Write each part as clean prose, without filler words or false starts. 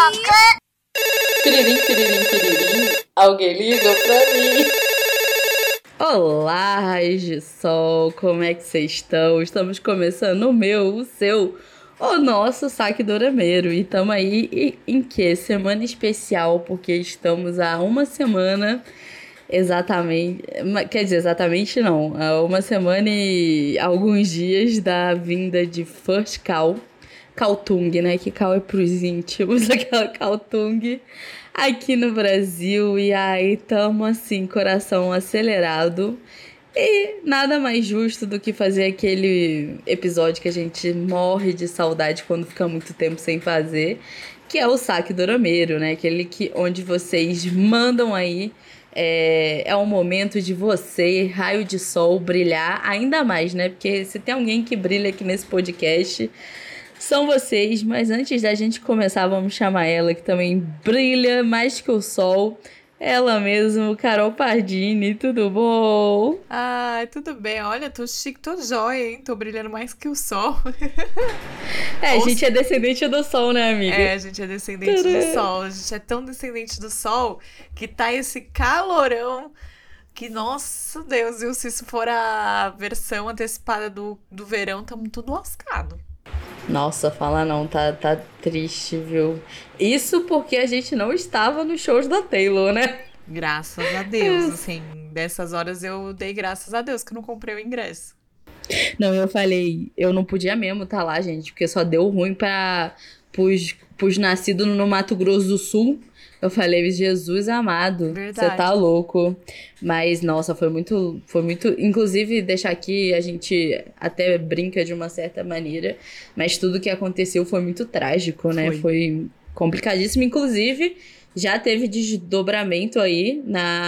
Piririm, piririm, piririm. Alguém liga pra mim. Olá, raios de sol, como é que vocês estão? Estamos começando o meu, o seu, o nosso Saque Dorameiro. E estamos aí em que? Semana especial, porque estamos há uma semana exatamente, quer dizer, exatamente não, há uma semana e alguns dias da vinda de First Cow, Kautung, né? Que Cow é pros íntimos, aquela Kautung aqui no Brasil. E aí tamo assim, coração acelerado. E nada mais justo do que fazer aquele episódio que a gente morre de saudade quando fica muito tempo sem fazer, que é o Saque Dorameiro, né? Aquele que, onde vocês mandam aí. É um momento de você, raio de sol, brilhar ainda mais, né? Porque se tem alguém que brilha aqui nesse podcast, são vocês. Mas antes da gente começar, vamos chamar ela, que também brilha mais que o sol. Ela mesmo, Carol Pardini, tudo bom? Ai, tudo bem. Olha, tô chique, tô jóia, hein? Tô brilhando mais que o sol. A gente é descendente do sol, né, amiga? A gente é descendente do sol. A gente é tão descendente do sol que tá esse calorão que, nossa Deus, viu? Se isso for a versão antecipada do verão, tamo tudo lascado. Nossa, fala não, tá triste, viu? Isso porque a gente não estava nos shows da Taylor, né? Graças a Deus, assim, dessas horas eu dei graças a Deus que eu não comprei o ingresso. Não, eu falei, eu não podia mesmo estar lá, gente, porque só deu ruim pros nascidos no Mato Grosso do Sul. Eu falei, Jesus amado, você tá louco. Mas, nossa, foi muito... Inclusive, deixar aqui, a gente até brinca de uma certa maneira, mas tudo que aconteceu foi muito trágico, né? Foi complicadíssimo. Inclusive, já teve desdobramento aí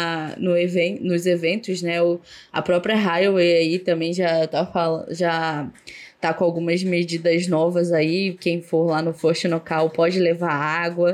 nos eventos, né? A própria Highway aí também já tá com algumas medidas novas aí. Quem for lá no First Local pode levar água.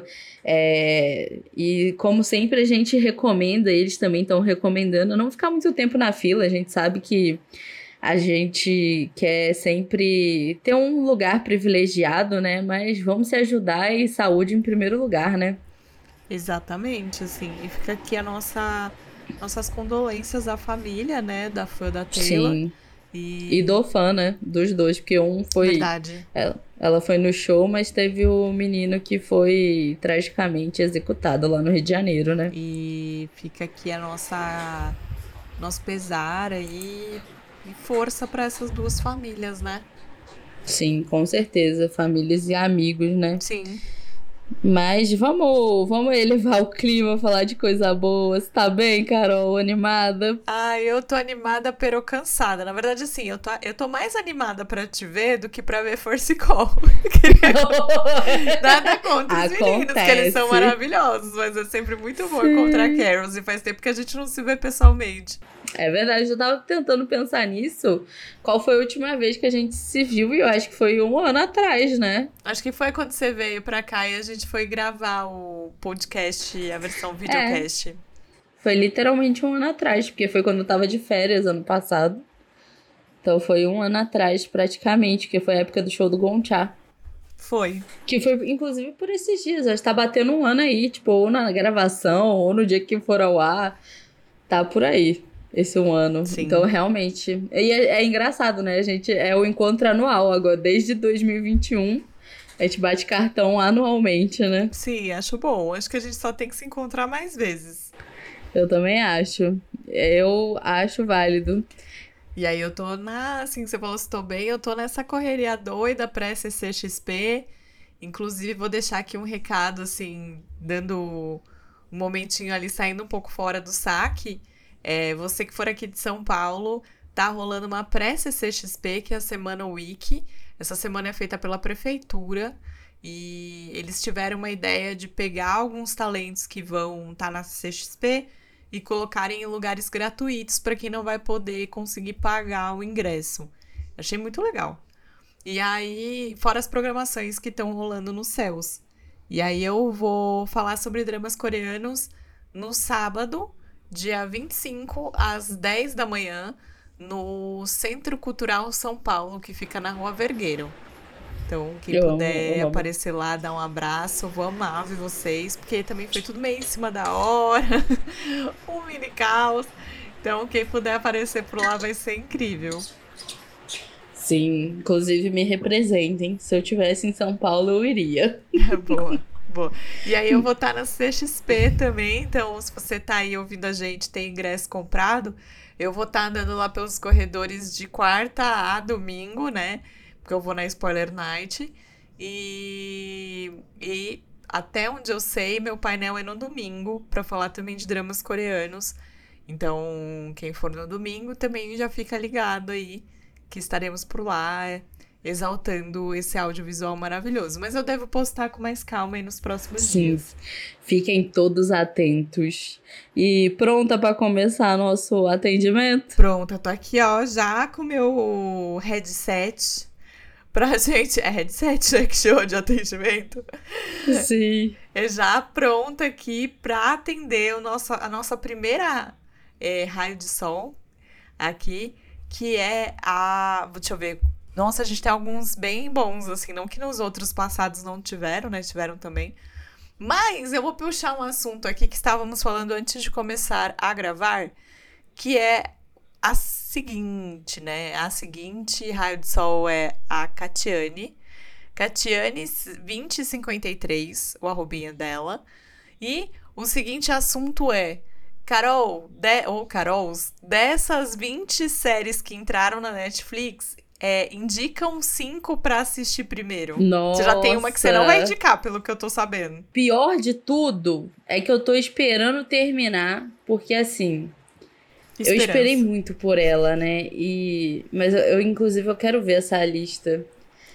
E como sempre a gente recomenda, eles também estão recomendando não ficar muito tempo na fila. A gente sabe que a gente quer sempre ter um lugar privilegiado, né? Mas vamos se ajudar e saúde em primeiro lugar, né? Exatamente, assim. E fica aqui nossas condolências à família, né? Da fã da Taylor. Sim. E do fã, né? Dos dois, porque um foi... Verdade. Ela foi no show, mas teve o menino que foi tragicamente executado lá no Rio de Janeiro, né? E fica aqui nosso pesar aí e força para essas duas famílias, né? Sim, com certeza. Famílias e amigos, né? Sim. Mas vamos elevar o clima, falar de coisa boa. Você tá bem, Carol? Animada? Eu tô animada, pero cansada. Na verdade, assim, eu tô mais animada pra te ver do que pra ver Force Call. Nada contra os meninos, que eles são maravilhosos, mas é sempre muito bom encontrar Carols, e faz tempo que a gente não se vê pessoalmente. É verdade, eu tava tentando pensar nisso. Qual foi a última vez que a gente se viu? E eu acho que foi 1 ano atrás, né? Acho que foi quando você veio pra cá e a gente foi gravar o podcast, a versão videocast. Foi literalmente 1 ano atrás, porque foi quando eu tava de férias ano passado. Então foi 1 ano atrás, praticamente, que foi a época do show do Gonchá. Foi. Que foi, inclusive, por esses dias. Já tá batendo 1 ano aí, tipo, ou na gravação, ou no dia que for ao ar. Tá por aí. Esse 1 ano. Sim. Então, realmente... E é engraçado, né? A gente é o encontro anual agora. Desde 2021, a gente bate cartão anualmente, né? Sim, acho bom. Acho que a gente só tem que se encontrar mais vezes. Eu também acho. Eu acho válido. E aí eu tô assim, você falou se tô bem, eu tô nessa correria doida pré-CCXP. Inclusive, vou deixar aqui um recado, assim, dando um momentinho ali, saindo um pouco fora do saque. Você que for aqui de São Paulo, tá rolando uma pré-CCXP, que é a Semana Wiki. Essa semana é feita pela prefeitura e eles tiveram uma ideia de pegar alguns talentos que vão estar na CCXP e colocarem em lugares gratuitos para quem não vai poder conseguir pagar o ingresso. Achei muito legal. E aí, fora as programações que estão rolando nos céus. E aí eu vou falar sobre dramas coreanos no sábado, dia 25, às 10 da manhã, no Centro Cultural São Paulo, que fica na Rua Vergueiro. Então, quem Eu puder amo. aparecer lá, dar um abraço, eu vou amar ver vocês, porque também foi tudo meio em cima da hora, um mini caos. Então, quem puder aparecer por lá vai ser incrível. Sim, inclusive me representem. Se eu tivesse em São Paulo, eu iria. Boa, boa. E aí eu vou estar na CXP também, então se você tá aí ouvindo a gente, tem ingresso comprado, eu vou estar andando lá pelos corredores de quarta a domingo, né? Porque eu vou na Spoiler Night. E até onde eu sei, meu painel é no domingo, pra falar também de dramas coreanos. Então, quem for no domingo também já fica ligado aí, que estaremos por lá, exaltando esse audiovisual maravilhoso. Mas eu devo postar com mais calma aí nos próximos Sim, dias. fiquem todos atentos. E pronta para começar nosso atendimento? Pronto, eu tô aqui, ó, já com o meu headset pra gente. É headset, né, que chama de atendimento? Sim. É já pronta aqui pra atender a nossa primeira raio de sol aqui, que é a. Deixa eu ver. Nossa, a gente tem alguns bem bons, assim, não que nos outros passados não tiveram, né? Tiveram também. Mas eu vou puxar um assunto aqui que estávamos falando antes de começar a gravar, que é a seguinte, né? A seguinte raio de sol é a Catiane. Catiane 2053, o arrobinha dela. E o seguinte assunto é: Carol, ou Carols, dessas 20 séries que entraram na Netflix, indicam 5 pra assistir primeiro. Nossa. Você já tem uma que você não vai indicar, pelo que eu tô sabendo. Pior de tudo é que eu tô esperando terminar, porque assim, eu esperei muito por ela, né? Mas inclusive, eu quero ver essa lista.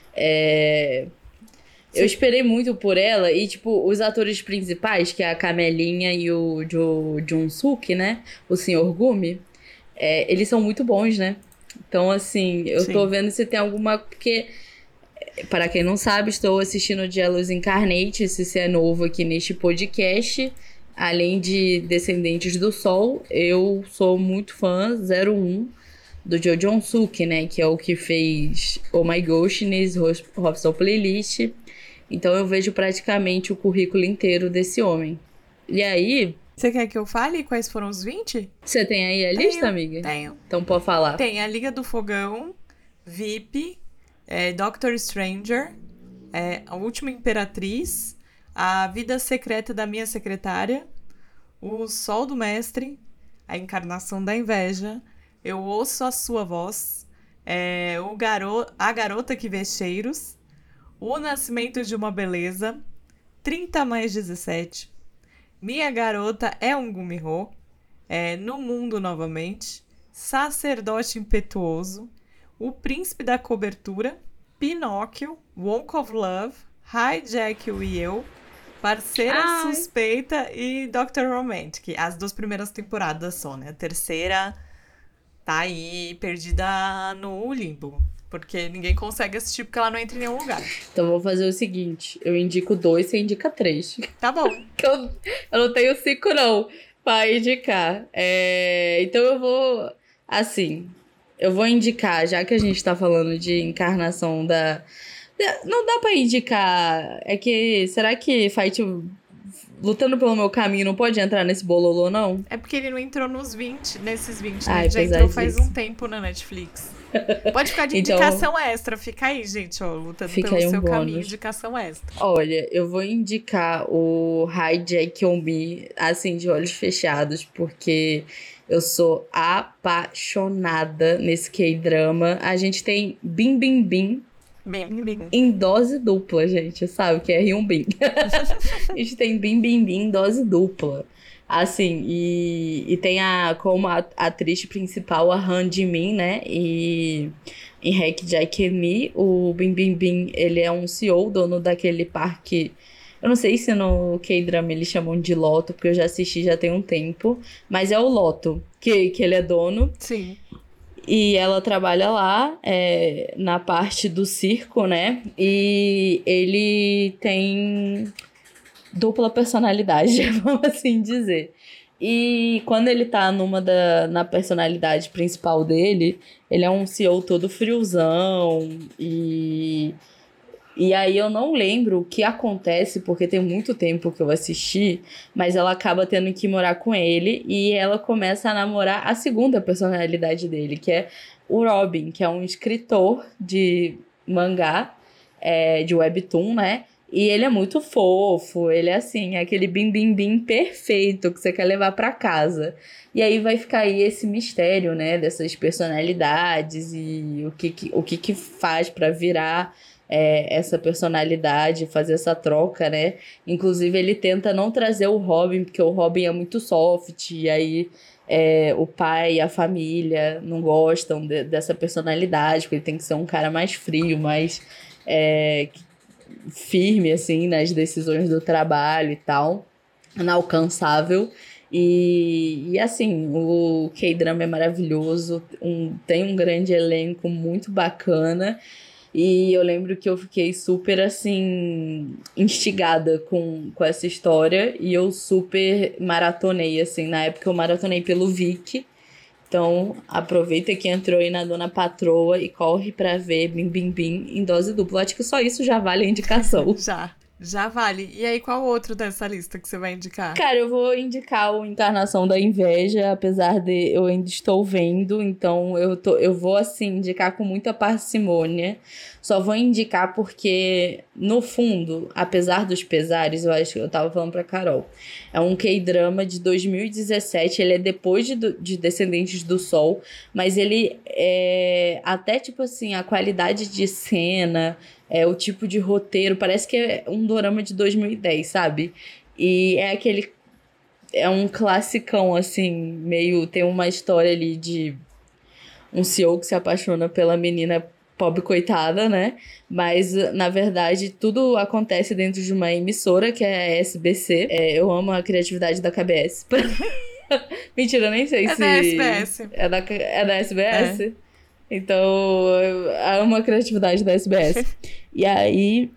Eu esperei muito por ela e, tipo, os atores principais, que é a Camelinha e o Jun-suk, né? O Sr. Gumi, eles são muito bons, né? Então, assim, eu tô vendo se tem alguma... Porque, para quem não sabe, estou assistindo Jealous Incarnate, se é novo aqui neste podcast. Além de Descendentes do Sol, eu sou muito fã, 01, do Jo Jong-suk, né? Que é o que fez Oh My Ghostness, Hostel Playlist. Então eu vejo praticamente o currículo inteiro desse homem. E aí... Você quer que eu fale quais foram os 20? Você tem aí a lista, amiga? Tenho. Então pode falar. Tem a Liga do Fogão, VIP, Doctor Stranger, A Última Imperatriz, A Vida Secreta da Minha Secretária, O Sol do Mestre, A Encarnação da Inveja, Eu Ouço a Sua Voz, A Garota que Vê Cheiros, O Nascimento de uma Beleza, 30 mais 17, Minha Garota é um Gumirô, No Mundo Novamente, Sacerdote Impetuoso, O Príncipe da Cobertura, Pinóquio, Wonk of Love, Hijack e Eu, Parceira Suspeita e Dr. Romantic. As 2 primeiras temporadas só, né? A terceira tá aí perdida no limbo. Porque ninguém consegue assistir porque ela não entra em nenhum lugar. Então vou fazer o seguinte: eu indico 2, você indica 3. Tá bom. eu não tenho 5, não, pra indicar. Então eu vou. Assim, eu vou indicar, já que a gente tá falando de encarnação da. Não dá pra indicar. Será que Fight Lutando pelo Meu Caminho não pode entrar nesse bololô, não? É porque ele não entrou nesses 20, né? Ai, Ele já apesar entrou faz disso. um tempo na Netflix. Pode ficar de Então, indicação extra. Fica aí, gente, ó. Lutando fica pelo aí um seu caminho, bônus. indicação extra. Olha, eu vou indicar o Hijack on Me, assim, de olhos fechados, porque eu sou apaixonada nesse K-drama. A gente tem Bim Bim Bim Bem. em dose dupla, gente, sabe? Que é Hyun Bin. A gente tem Bim Bim Bim em dose dupla. Assim, e tem como atriz principal a Han Ji-min, né? E em Hack Jack and Me, o Bim Bim Bim, ele é um CEO, dono daquele parque. Eu não sei se no K-drama eles chamam de Loto, porque eu já assisti já tem um tempo. Mas é o Loto, que ele é dono. Sim. E ela trabalha lá, na parte do circo, né? E ele tem dupla personalidade, vamos assim dizer. E quando ele tá na personalidade principal dele, ele é um CEO todo friozão e E aí eu não lembro o que acontece, porque tem muito tempo que eu assisti, mas ela acaba tendo que morar com ele e ela começa a namorar a segunda personalidade dele, que é o Robin, que é um escritor de mangá, de webtoon, né? E ele é muito fofo, ele é assim, aquele bim-bim-bim perfeito que você quer levar pra casa. E aí vai ficar aí esse mistério, né, dessas personalidades e o que faz pra virar essa personalidade, fazer essa troca, né? Inclusive ele tenta não trazer o Robin, porque o Robin é muito soft, e aí o pai e a família não gostam dessa personalidade, porque ele tem que ser um cara mais frio, mais firme, assim, nas decisões do trabalho e tal, inalcançável. E assim, o K-drama é maravilhoso, tem um grande elenco muito bacana. E eu lembro que eu fiquei super, assim, instigada com essa história. E eu super maratonei, assim. Na época eu maratonei pelo Viki. Então, aproveita que entrou aí na Dona Patroa e corre pra ver Bim Bim Bim em dose dupla. Acho que só isso já vale a indicação. Já vale. E aí, qual outro dessa lista que você vai indicar? Cara, eu vou indicar o Encarnação da Inveja, apesar de eu ainda estou vendo, então eu vou, assim, indicar com muita parcimônia. Só vou indicar porque, no fundo, apesar dos pesares, eu acho que eu tava falando pra Carol, é um K-drama de 2017, ele é depois de Descendentes do Sol, mas ele até, tipo assim, a qualidade de cena, o tipo de roteiro, parece que é um dorama de 2010, sabe? E é um classicão, assim, meio... Tem uma história ali de um CEO que se apaixona pela menina pobre coitada, né? Mas, na verdade, tudo acontece dentro de uma emissora, que é a SBC. Eu amo a criatividade da KBS. Mentira, eu nem sei se... É da SBS. É da SBS? Então, eu amo a criatividade da SBS. E aí,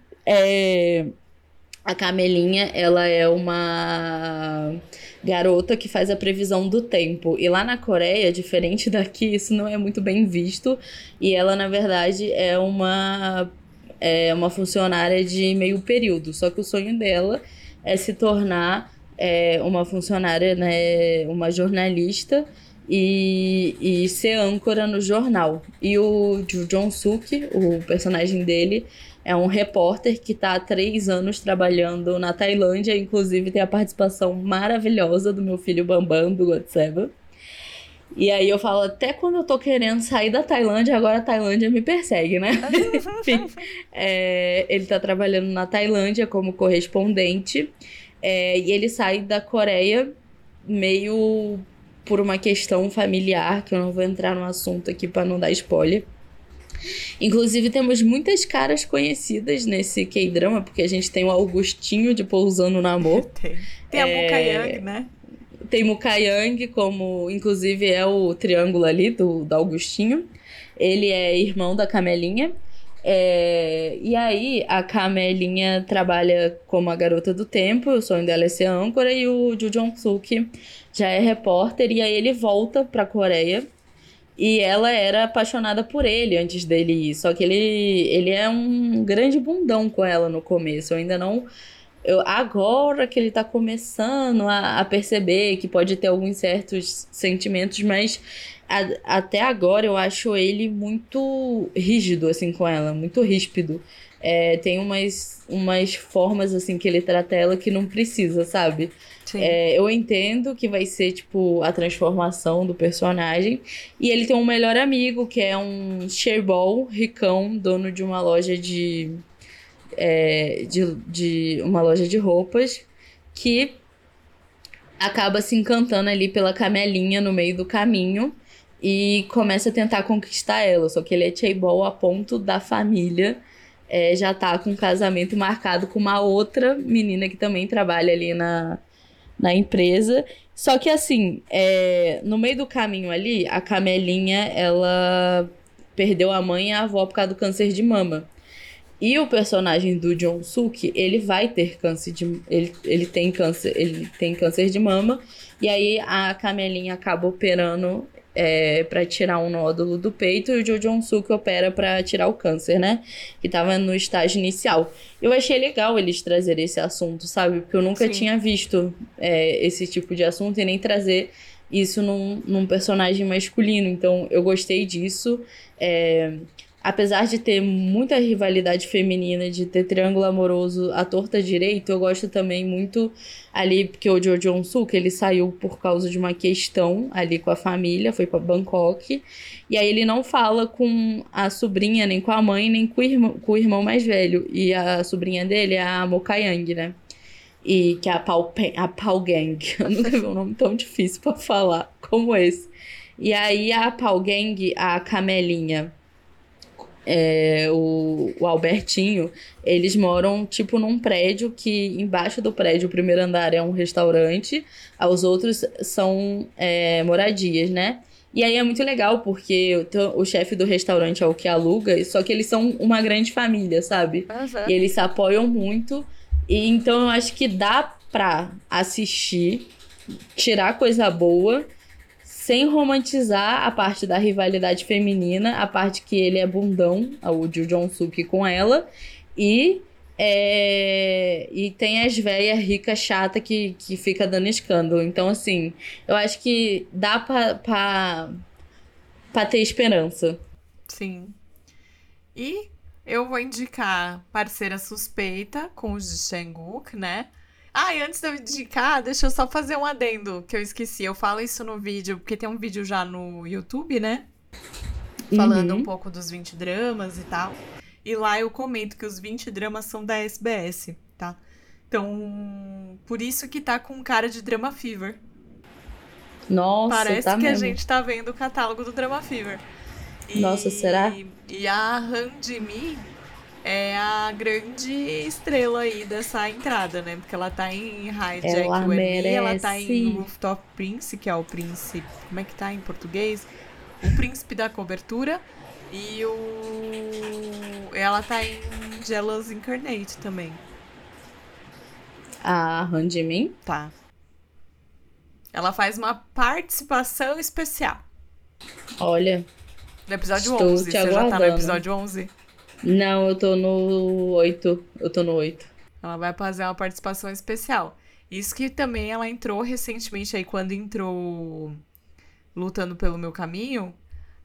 a Camelinha, ela é uma garota que faz a previsão do tempo. E lá na Coreia, diferente daqui, isso não é muito bem visto. E ela, na verdade, é uma funcionária de meio período. Só que o sonho dela é se tornar uma funcionária, né, uma jornalista e ser âncora no jornal. E o Joo Jong-suk, o personagem dele, é um repórter que está há 3 anos trabalhando na Tailândia. Inclusive tem a participação maravilhosa do meu filho Bambam, do GOT7. E aí eu falo, até quando eu tô querendo sair da Tailândia, agora a Tailândia me persegue, né? Enfim, ele tá trabalhando na Tailândia como correspondente. E ele sai da Coreia meio por uma questão familiar, que eu não vou entrar no assunto aqui para não dar spoiler. Inclusive, temos muitas caras conhecidas nesse K-drama, porque a gente tem o Augustinho de Pousando no Amor. Tem a Muka Young, né? Tem Muka Young, como inclusive é o triângulo ali do Augustinho. Ele é irmão da Camelinha. E aí, a Camelinha trabalha como a garota do tempo, o sonho dela é ser âncora, e o Joo Jong-suk já é repórter, e aí ele volta pra Coreia. E ela era apaixonada por ele antes dele ir. Só que ele é um grande bundão com ela no começo. Eu ainda não... agora que ele tá começando a perceber que pode ter alguns certos sentimentos, mas até agora eu acho ele muito rígido, assim, com ela. Muito ríspido. Tem umas formas, assim, que ele trata ela que não precisa, sabe? Eu entendo que vai ser, tipo, a transformação do personagem. E ele tem um melhor amigo, que é um chaebol ricão, dono de uma loja de uma loja de roupas, que acaba se encantando ali pela Camelinha no meio do caminho e começa a tentar conquistar ela. Só que ele é chaebol a ponto da família já tá com um casamento marcado com uma outra menina que também trabalha ali na empresa. Só que assim, no meio do caminho ali, a Camelinha, ela perdeu a mãe e a avó por causa do câncer de mama. E o personagem do Jong-suk, ele vai ter câncer de... Ele tem câncer de mama. E aí a Camelinha acaba operando pra tirar um nódulo do peito, e o Jo Jong-suk opera pra tirar o câncer, né? Que tava no estágio inicial. Eu achei legal eles trazerem esse assunto, sabe? Porque eu nunca Sim. tinha visto esse tipo de assunto e nem trazer isso num personagem masculino. Então, eu gostei disso. É, apesar de ter muita rivalidade feminina, de ter triângulo amoroso à torta direito, eu gosto também muito ali, porque o Jo Jong-suk, ele saiu por causa de uma questão ali com a família, foi pra Bangkok, e aí ele não fala com a sobrinha, nem com a mãe, nem com o irmão mais velho, e a sobrinha dele é a Mokayang, né? E que é a Pau Gang. Eu nunca vi um nome tão difícil pra falar como esse. E aí a Pau Gang, a Camelinha, o Albertinho, eles moram tipo num prédio que embaixo do prédio, o primeiro andar é um restaurante, os outros são moradias, né? E aí é muito legal porque o chefe do restaurante é o que aluga, só que eles são uma grande família, sabe? E eles se apoiam muito. E então eu acho que dá pra assistir, tirar coisa boa sem romantizar a parte da rivalidade feminina, a parte que ele é bundão, o Jo Jong-suk com ela, e tem as velhas ricas chata que fica dando escândalo. Então, assim, eu acho que dá pra ter esperança. Sim. E eu vou indicar Parceira Suspeita com o Ji Chang-wook, né? Ah, e antes de eu indicar, deixa eu só fazer um adendo que eu esqueci. Eu falo isso no vídeo, porque tem um vídeo já no YouTube, né? Falando um pouco dos 20 dramas e tal. E lá eu comento que os 20 dramas são da SBS, tá? Então, por isso que tá com cara de Drama Fever. Nossa, Parece tá que a mesmo. gente tá vendo o catálogo do Drama Fever. Nossa, será? E a Han Ji-mi é a grande estrela aí dessa entrada, né? Porque ela tá em Hijack Ela You and Me, ela tá em merece. Rooftop Prince, que é o príncipe... Como é que tá em português? O príncipe da cobertura. E ela tá em Jealous Incarnate também. A Han Ji-min? Tá. Ela faz uma participação especial. Olha, No episódio estou 11. te Você já tá no aguardando. episódio 11? Não, eu tô no 8. Eu tô no 8. Ela vai fazer uma participação especial. Isso que também ela entrou recentemente aí, quando entrou Lutando pelo Meu Caminho,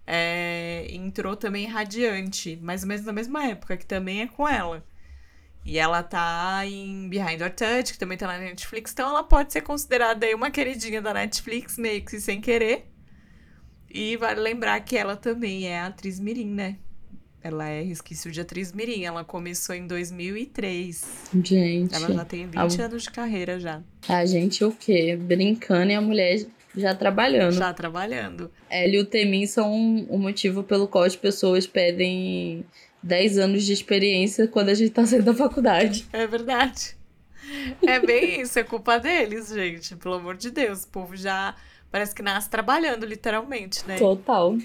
entrou também Radiante, mais ou menos na mesma época, que também é com ela. E ela tá em Behind Our Touch, que também tá na Netflix, então ela pode ser considerada aí uma queridinha da Netflix, meio que sem querer. E vale lembrar que ela também é atriz mirim, né? Ela é resquício de atriz mirim. Ela começou em 2003. Gente, Ela já tem 20 anos de carreira já. a gente o quê? Brincando e a mulher já trabalhando. Já trabalhando. Ela e o Temin são um motivo pelo qual as pessoas pedem 10 anos de experiência quando a gente tá saindo da faculdade. É verdade. É bem isso, é culpa deles, gente. Pelo amor de Deus. O povo já parece que nasce trabalhando, literalmente, né? Total.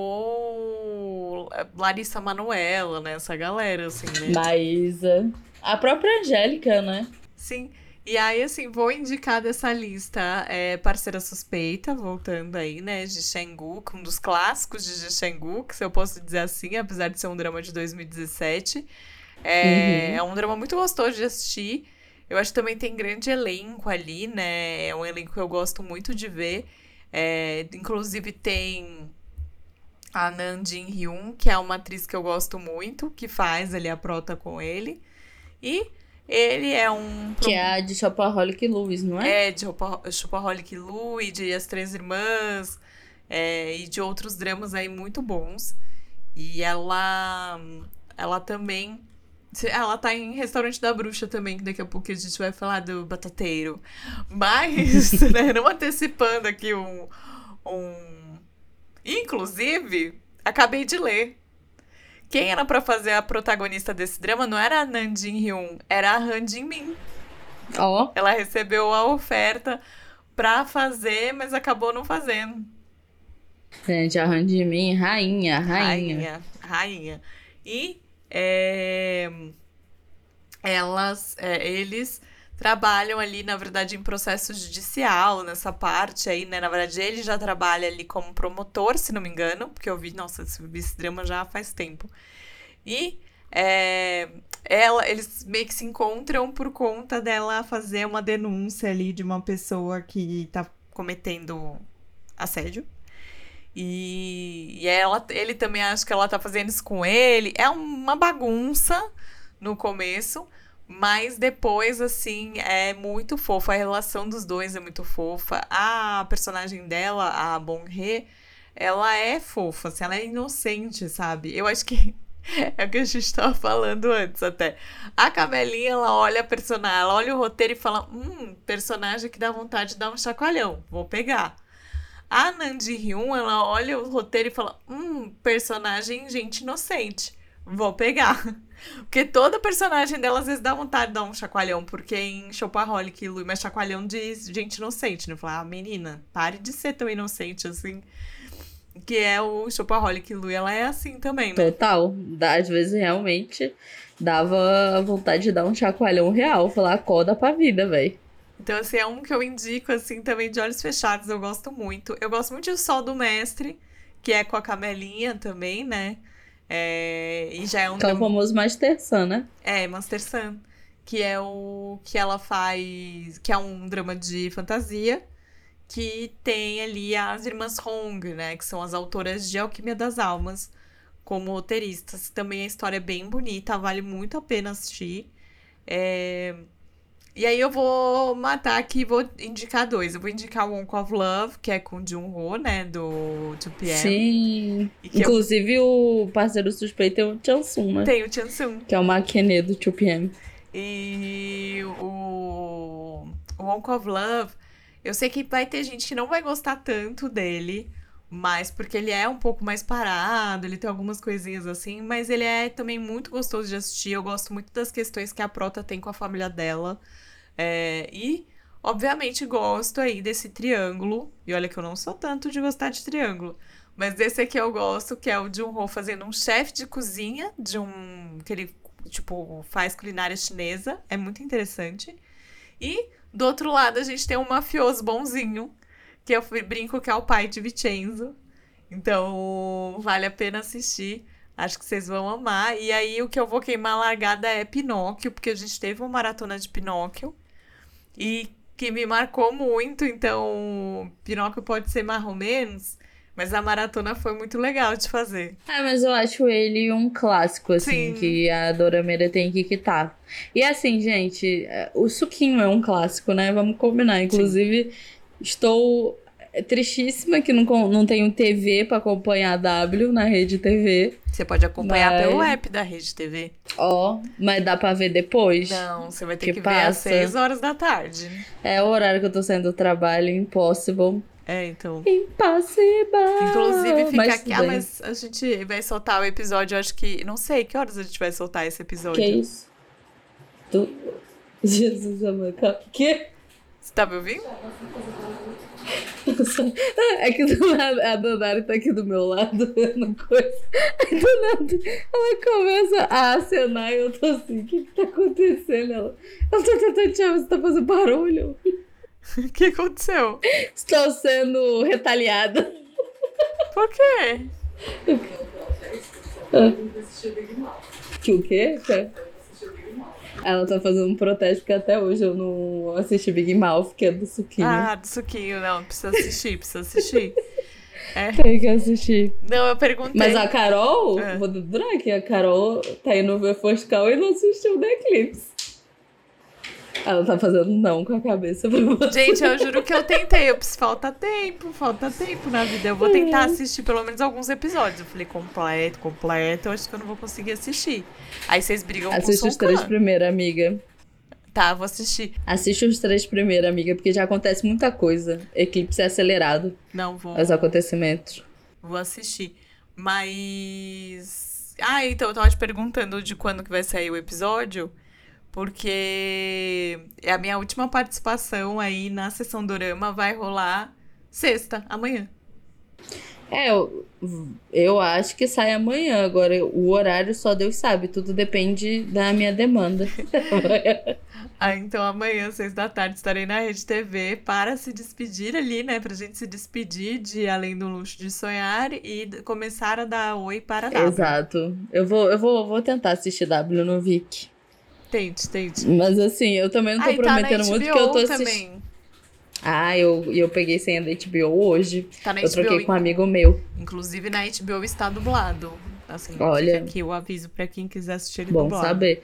Ou Larissa Manoela, né? Essa galera, assim, né? Maísa. A própria Angélica, né? Sim. E aí, assim, vou indicar dessa lista Parceira Suspeita, voltando aí, né? De Chang-wook, um dos clássicos de Ji Chang-wook, se eu posso dizer assim, apesar de ser um drama de 2017. É um drama muito gostoso de assistir. Eu acho que também tem grande elenco ali, né? É um elenco que eu gosto muito de ver. Inclusive tem a Nam Jin-hyun, que é uma atriz que eu gosto muito, que faz ali a prota com ele. E ele é um... Que é a de Shopaholic Lewis, não é? É, de Shopaholic Lu e de As Três Irmãs, e de outros dramas aí muito bons. E ela também... Ela tá em Restaurante da Bruxa também, que daqui a pouco a gente vai falar do Batateiro. Mas, né, não antecipando aqui Inclusive, acabei de ler. Quem era pra fazer a protagonista desse drama não era a Nam Jin-hyun, era a Han Ji-min. Ó. Ela recebeu a oferta pra fazer, mas acabou não fazendo. Gente, a Han Ji-min, rainha. E eles trabalham ali, na verdade, em processo judicial, nessa parte aí, né? Na verdade, ele já trabalha ali como promotor, se não me engano, porque eu vi, nossa, esse drama já faz tempo. E eles meio que se encontram por conta dela fazer uma denúncia ali de uma pessoa que tá cometendo assédio. E ele também acha que ela tá fazendo isso com ele. É uma bagunça no começo, mas depois, assim, é muito fofa. A relação dos dois é muito fofa. A personagem dela, a Bong-hye, ela é fofa, assim, ela é inocente, sabe? Eu acho que é o que a gente tava falando antes até. A Camelinha, ela olha a personagem, ela olha o roteiro e fala: personagem que dá vontade de dar um chacoalhão, vou pegar. A Nandi Hyun, ela olha o roteiro e fala: personagem gente inocente, vou pegar. Porque toda personagem dela às vezes dá vontade de dar um chacoalhão, porque em Shopaholic, Lui, mas chacoalhão de gente inocente, né? Falar, menina, pare de ser tão inocente assim. Que é o Shopaholic, Lui, ela é assim também, né? Total. Às vezes realmente dava vontade de dar um chacoalhão real, falar acorda pra vida, velho. Então, assim, é um que eu indico, assim, também de olhos fechados, eu gosto muito. Eu gosto muito de O Sol do Mestre, que é com a Camelinha também, né? E já é um Que é o famoso Master Sun, né? Master Sun, que é o que ela faz, que é um drama de fantasia, que tem ali as irmãs Hong, né? Que são as autoras de Alquimia das Almas, como roteiristas. Também a história é bem bonita, vale muito a pena assistir. E aí eu vou matar aqui e vou indicar dois. Eu vou indicar o Wonk of Love, que é com Jung-ho, né? Do 2PM. Sim. Inclusive o parceiro suspeito é o Chansung, né? Tem o Chansung. Que é o Makene do 2PM. E o Wonk of Love, eu sei que vai ter gente que não vai gostar tanto dele, mas porque ele é um pouco mais parado, ele tem algumas coisinhas assim, mas ele é também muito gostoso de assistir. Eu gosto muito das questões que a Prota tem com a família dela. E, obviamente, gosto aí desse triângulo. E olha que eu não sou tanto de gostar de triângulo. Mas desse aqui eu gosto, que é o Jung-ho fazendo um chefe de cozinha, que ele, tipo, faz culinária chinesa. É muito interessante. E, do outro lado, a gente tem um mafioso bonzinho, que eu brinco que é o pai de Vincenzo. Então, vale a pena assistir. Acho que vocês vão amar. E aí, o que eu vou queimar a largada é Pinóquio, porque a gente teve uma maratona de Pinóquio. E que me marcou muito. Então, Pinóquio pode ser mais ou menos, mas a maratona foi muito legal de fazer. Mas eu acho ele um clássico, assim, Sim. que a Dorameira tem que quitar. E assim, gente, o Suquinho é um clássico, né? Vamos combinar. Inclusive, estou tristíssima que não tenho TV pra acompanhar a W na Rede TV. Você pode acompanhar pelo app da Rede TV. Mas dá pra ver depois? Não, você vai ter que ver às 6 horas da tarde. É o horário que eu tô saindo do trabalho, impossible. Então. Impossível! Inclusive, fica aqui. Mas a gente vai soltar o episódio, acho que. Não sei, que horas a gente vai soltar esse episódio? Que isso? Jesus amado. Que? Você tá me ouvindo? É que do nada, a Donari tá aqui do meu lado vendo coisa. Aí do nada ela começa a acenar e eu tô assim, o que tá acontecendo? Eu tô tentando te chamar, você tá fazendo barulho. O que aconteceu? Estou sendo retaliada. Por quê? Que o quê? Ela tá fazendo um protesto porque até hoje eu não assisti Big Mouth, que é do Suquinho. Do Suquinho, não. Precisa assistir. Tem que assistir. Não, eu perguntei. Mas a Carol, vou durar aqui, a Carol tá indo ver Foscal e não assistiu o The Eclipse. Ela tá fazendo não com a cabeça pra você. Gente, eu juro que eu tentei. Falta tempo na vida. Eu vou tentar assistir pelo menos alguns episódios. Eu falei, completo. Eu acho que eu não vou conseguir assistir. Aí vocês brigam Assiste com o os 3 primeiros, amiga. Tá, vou assistir. Assiste os 3 primeiros, amiga, porque já acontece muita coisa. Eclipse é acelerado. Não vou. Os acontecimentos. Vou assistir. Mas... então eu tava te perguntando de quando que vai sair o episódio... Porque a minha última participação aí na Sessão Dorama vai rolar sexta, amanhã. É, eu acho que sai amanhã. Agora, o horário só Deus sabe. Tudo depende da minha demanda. Ah, então amanhã, 6 da tarde, estarei na Rede TV para se despedir ali, né? Pra gente se despedir de Além do Luxo de Sonhar e começar a dar oi para a W. Exato. Eu vou tentar assistir W no Vic. Tente, tente. Mas assim, eu também não tô Ah, e tá na prometendo muito, porque eu tô HBO assistindo. também. Ah, eu peguei senha da HBO hoje. Tá na Eu HBO, troquei com um amigo meu. inclusive na HBO está dublado. Assim, fica Olha, aqui o aviso pra quem quiser assistir ele bom dublado. saber.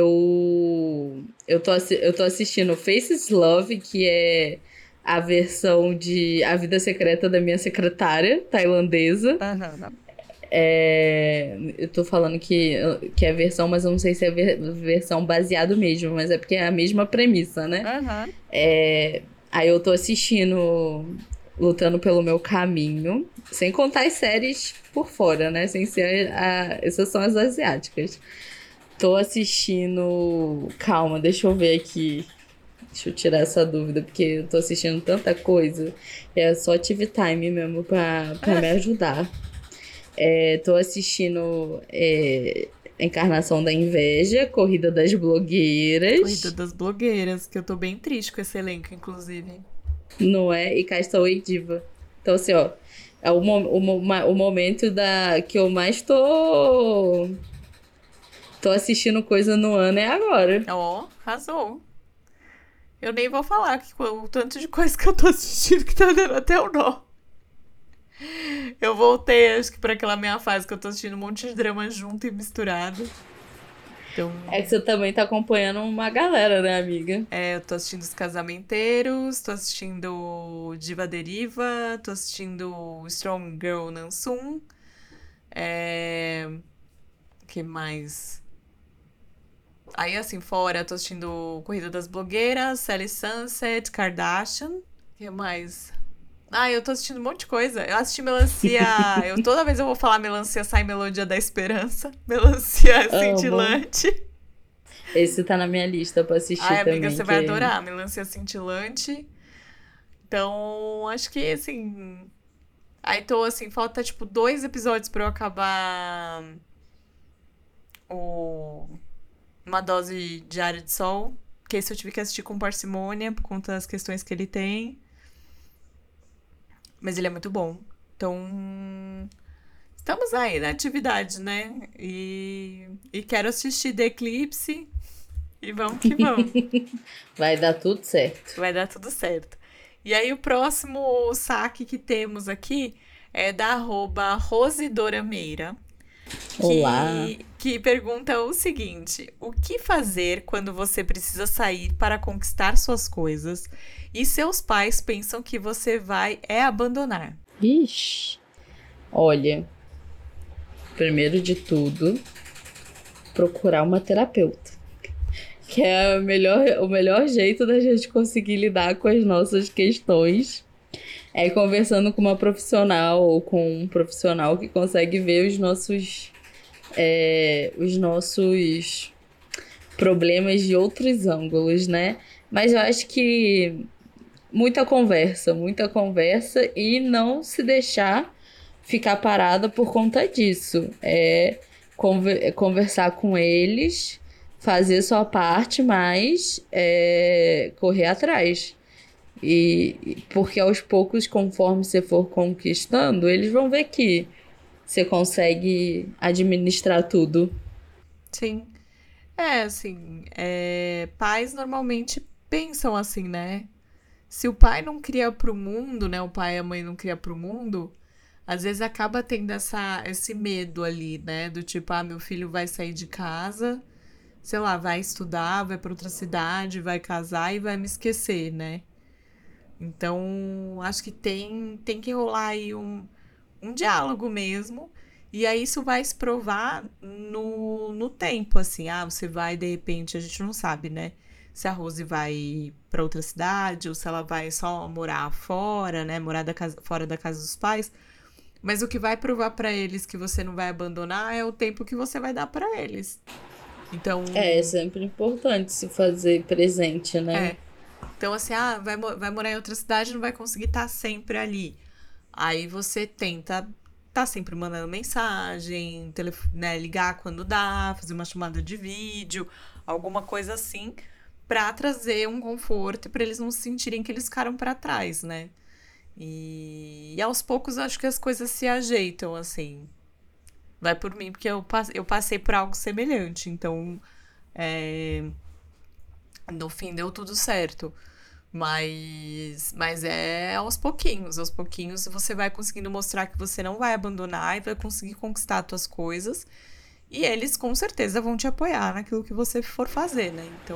Eu tô assistindo Faces Love, que é a versão de A Vida Secreta da Minha Secretária, tailandesa. Aham. Eu tô falando que é a versão, mas eu não sei se é versão baseado mesmo, mas é porque é a mesma premissa, né? Aham. Aí eu tô assistindo Lutando pelo Meu Caminho, sem contar as séries por fora, né? Sem ser essas são as asiáticas. Tô assistindo. Calma, deixa eu ver aqui. Deixa eu tirar essa dúvida, porque eu tô assistindo tanta coisa. É só TV Time mesmo pra me ajudar. Tô assistindo Encarnação da Inveja, Corrida das Blogueiras. Corrida das Blogueiras, que eu tô bem triste com esse elenco, inclusive. Não é? E Castaway Diva. Então, assim, ó. É o momento que eu mais tô assistindo coisa no ano é agora. Ó, arrasou. Eu nem vou falar o tanto de coisa que eu tô assistindo que tá dando até o nó. Eu voltei, acho que pra aquela minha fase que eu tô assistindo um monte de drama junto e misturado. Então, É que você também tá acompanhando uma galera, né, amiga? eu tô assistindo Os Casamenteiros, tô assistindo Diva Deriva, tô assistindo Strong Girl Nansum. Que mais? Aí, assim, fora, tô assistindo Corrida das Blogueiras, Sally Sunset, Kardashian. Que mais? Ah, eu tô assistindo um monte de coisa. Eu assisti Melancia. Toda vez eu vou falar Melancia, sai Melodia da Esperança. Melancia Amo. Cintilante. Esse tá na minha lista pra assistir Ai, amiga, também. você vai adorar. Melancia Cintilante. Então, acho que, assim... Aí tô, assim, falta, tipo, 2 episódios pra eu acabar uma dose diária de sol. Que esse eu tive que assistir com parcimônia por conta das questões que ele tem. Mas ele é muito bom. Então, estamos aí na atividade, né? E quero assistir The Eclipse. E vamos que vamos. Vai dar tudo certo. Vai dar tudo certo. E aí, o próximo saque que temos aqui é da @Rosidorameira. Olá. Que pergunta o seguinte: o que fazer quando você precisa sair para conquistar suas coisas e seus pais pensam que você vai abandonar? Ixi. Olha, primeiro de tudo, procurar uma terapeuta. Que é o melhor jeito da gente conseguir lidar com as nossas questões. É conversando com uma profissional ou com um profissional que consegue ver os nossos problemas de outros ângulos, né? Mas eu acho que muita conversa e não se deixar ficar parada por conta disso. Conversar com eles, fazer sua parte, mas correr atrás. Porque aos poucos, conforme você for conquistando, eles vão ver que você consegue administrar tudo. Sim. Assim, pais normalmente pensam assim, né? Se o pai não cria pro mundo, né? O pai e a mãe não cria pro mundo, às vezes acaba tendo esse medo ali, né? Do tipo, meu filho vai sair de casa, sei lá, vai estudar, vai pra outra cidade, vai casar e vai me esquecer, né? Então, acho que tem que rolar aí um diálogo mesmo. E aí isso vai se provar no tempo, assim. Você vai, de repente, a gente não sabe, né? Se a Rose vai pra outra cidade ou se ela vai só morar fora, né? Morar fora da casa dos pais. Mas o que vai provar pra eles que você não vai abandonar é o tempo que você vai dar pra eles. Então... É sempre importante se fazer presente, né? Então, assim, vai morar em outra cidade, não vai conseguir estar sempre ali. Aí você tenta tá sempre mandando mensagem, né, ligar quando dá, fazer uma chamada de vídeo, alguma coisa assim, pra trazer um conforto e pra eles não se sentirem que eles ficaram pra trás, né? E aos poucos acho que as coisas se ajeitam, assim. Vai por mim, porque eu passei por algo semelhante, então no fim deu tudo certo. Mas é aos pouquinhos você vai conseguindo mostrar que você não vai abandonar e vai conseguir conquistar as tuas coisas. E eles com certeza vão te apoiar naquilo que você for fazer, né? Então.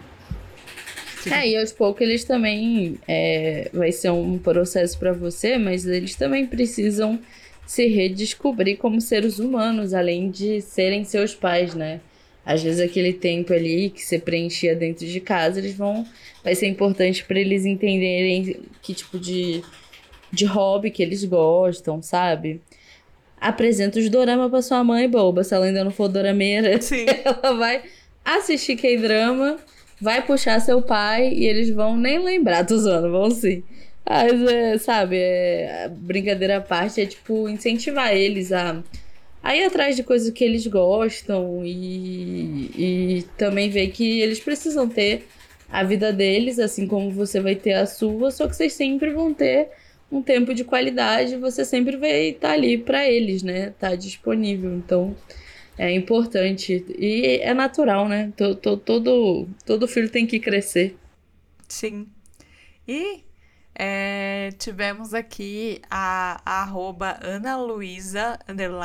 E aos poucos eles também vai ser um processo pra você, mas eles também precisam se redescobrir como seres humanos, além de serem seus pais, né? Às vezes aquele tempo ali que você preenchia dentro de casa, vai ser importante pra eles entenderem que tipo de hobby que eles gostam, sabe? Apresenta os dorama pra sua mãe, boba. Se ela ainda não for dorameira, Sim. ela vai assistir K-drama, vai puxar seu pai e eles vão nem lembrar, tô zoando, vão sim. Mas, sabe, brincadeira à parte é, tipo, incentivar eles a ir atrás de coisas que eles gostam e também ver que eles precisam ter a vida deles, assim como você vai ter a sua, só que vocês sempre vão ter um tempo de qualidade, você sempre vai estar ali para eles, né? Tá disponível. Então, é importante. E é natural, né? Todo filho tem que crescer. Sim. E tivemos aqui a arroba @analuisa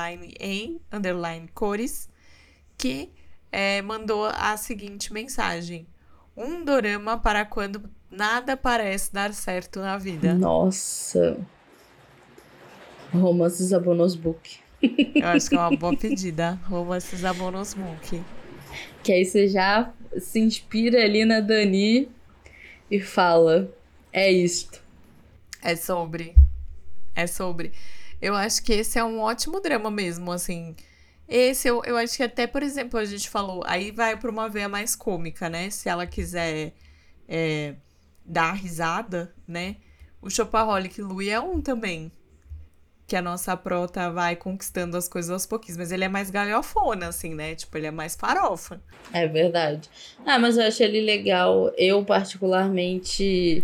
_em_cores que mandou a seguinte mensagem: um dorama para quando nada parece dar certo na vida. Nossa. Romances Abonosbook. Eu acho que é uma boa pedida. Romances Abonosbook. Que aí você já se inspira ali na Dani e fala: é isto. É sobre. É sobre. Eu acho que esse é um ótimo drama mesmo, assim. Esse eu acho que até, por exemplo, a gente falou, aí vai pra uma veia mais cômica, né? Se ela quiser dar risada, né? O Shopaholic Louie é um também. Que a nossa prota vai conquistando as coisas aos pouquinhos. Mas ele é mais galhofona, assim, né? Tipo, ele é mais farofa. É verdade. Ah, mas eu acho ele legal. Eu, particularmente,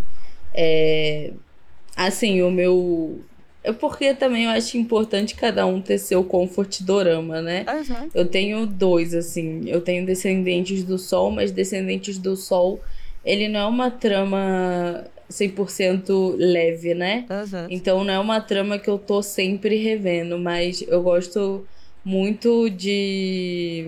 assim, o meu. É porque também eu acho importante cada um ter seu comfort dorama, né? Uhum. Eu tenho dois, assim. Eu tenho Descendentes do Sol, mas Descendentes do Sol, ele não é uma trama 100% leve, né? Uhum. Então não é uma trama que eu tô sempre revendo, mas eu gosto muito de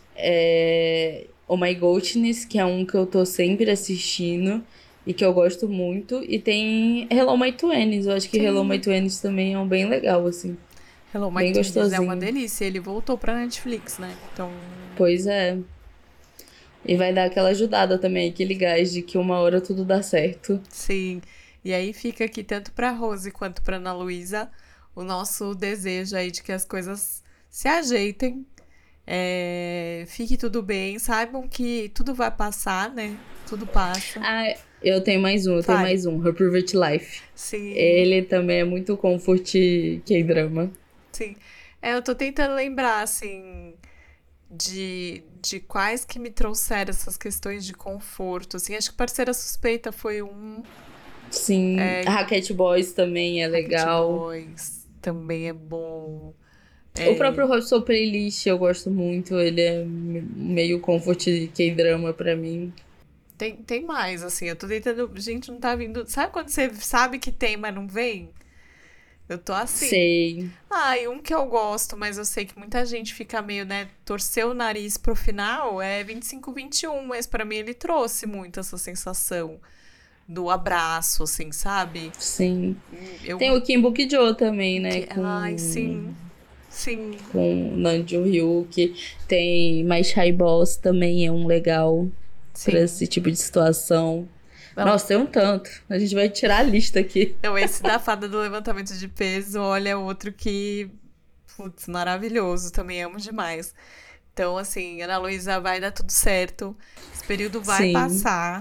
Oh My Goatness, que é um que eu tô sempre assistindo e que eu gosto muito. E tem Hello My Twenties, eu acho que Sim. Hello My Twenties também é um bem legal, assim. Hello My Bem Twenties é uma gostosinho. delícia. Ele voltou pra Netflix, né? Então. Pois é. E vai dar aquela ajudada também, aquele gás de que uma hora tudo dá certo. Sim. E aí fica aqui tanto pra Rose quanto pra Ana Luísa o nosso desejo aí de que as coisas se ajeitem. Fique tudo bem. Saibam que tudo vai passar, né? Tudo passa. Ah, eu tenho mais um, Fale. Her Private Life. Sim. Ele também é muito comfort K-drama. Sim. Eu tô tentando lembrar, assim, de quais que me trouxeram essas questões de conforto. Assim, acho que Parceira Suspeita foi um. Sim, Racket Boys também é legal. Boys também é bom. O próprio Hot Playlist eu gosto muito, ele é meio comfort K-drama pra mim. Tem mais, assim, eu tô tentando. Gente, não tá vindo. Sabe quando você sabe que tem, mas não vem? Eu tô assim. Sei. E um que eu gosto, mas eu sei que muita gente fica meio, né, torceu o nariz pro final, é 25-21, mas pra mim ele trouxe muito essa sensação do abraço, assim, sabe? Sim. Tem o Kim Bok-jo também, né? Ai, sim. Sim. Com Namjoon Hyuk. Tem My Shy Boss também, é um legal pra esse tipo de situação. Não. Nossa, tem um tanto. A gente vai tirar a lista aqui. Não, esse da fada do levantamento de peso, olha, é outro que... Putz, maravilhoso. Também amo demais. Então, assim, Ana Luísa, vai dar tudo certo. Esse período vai passar.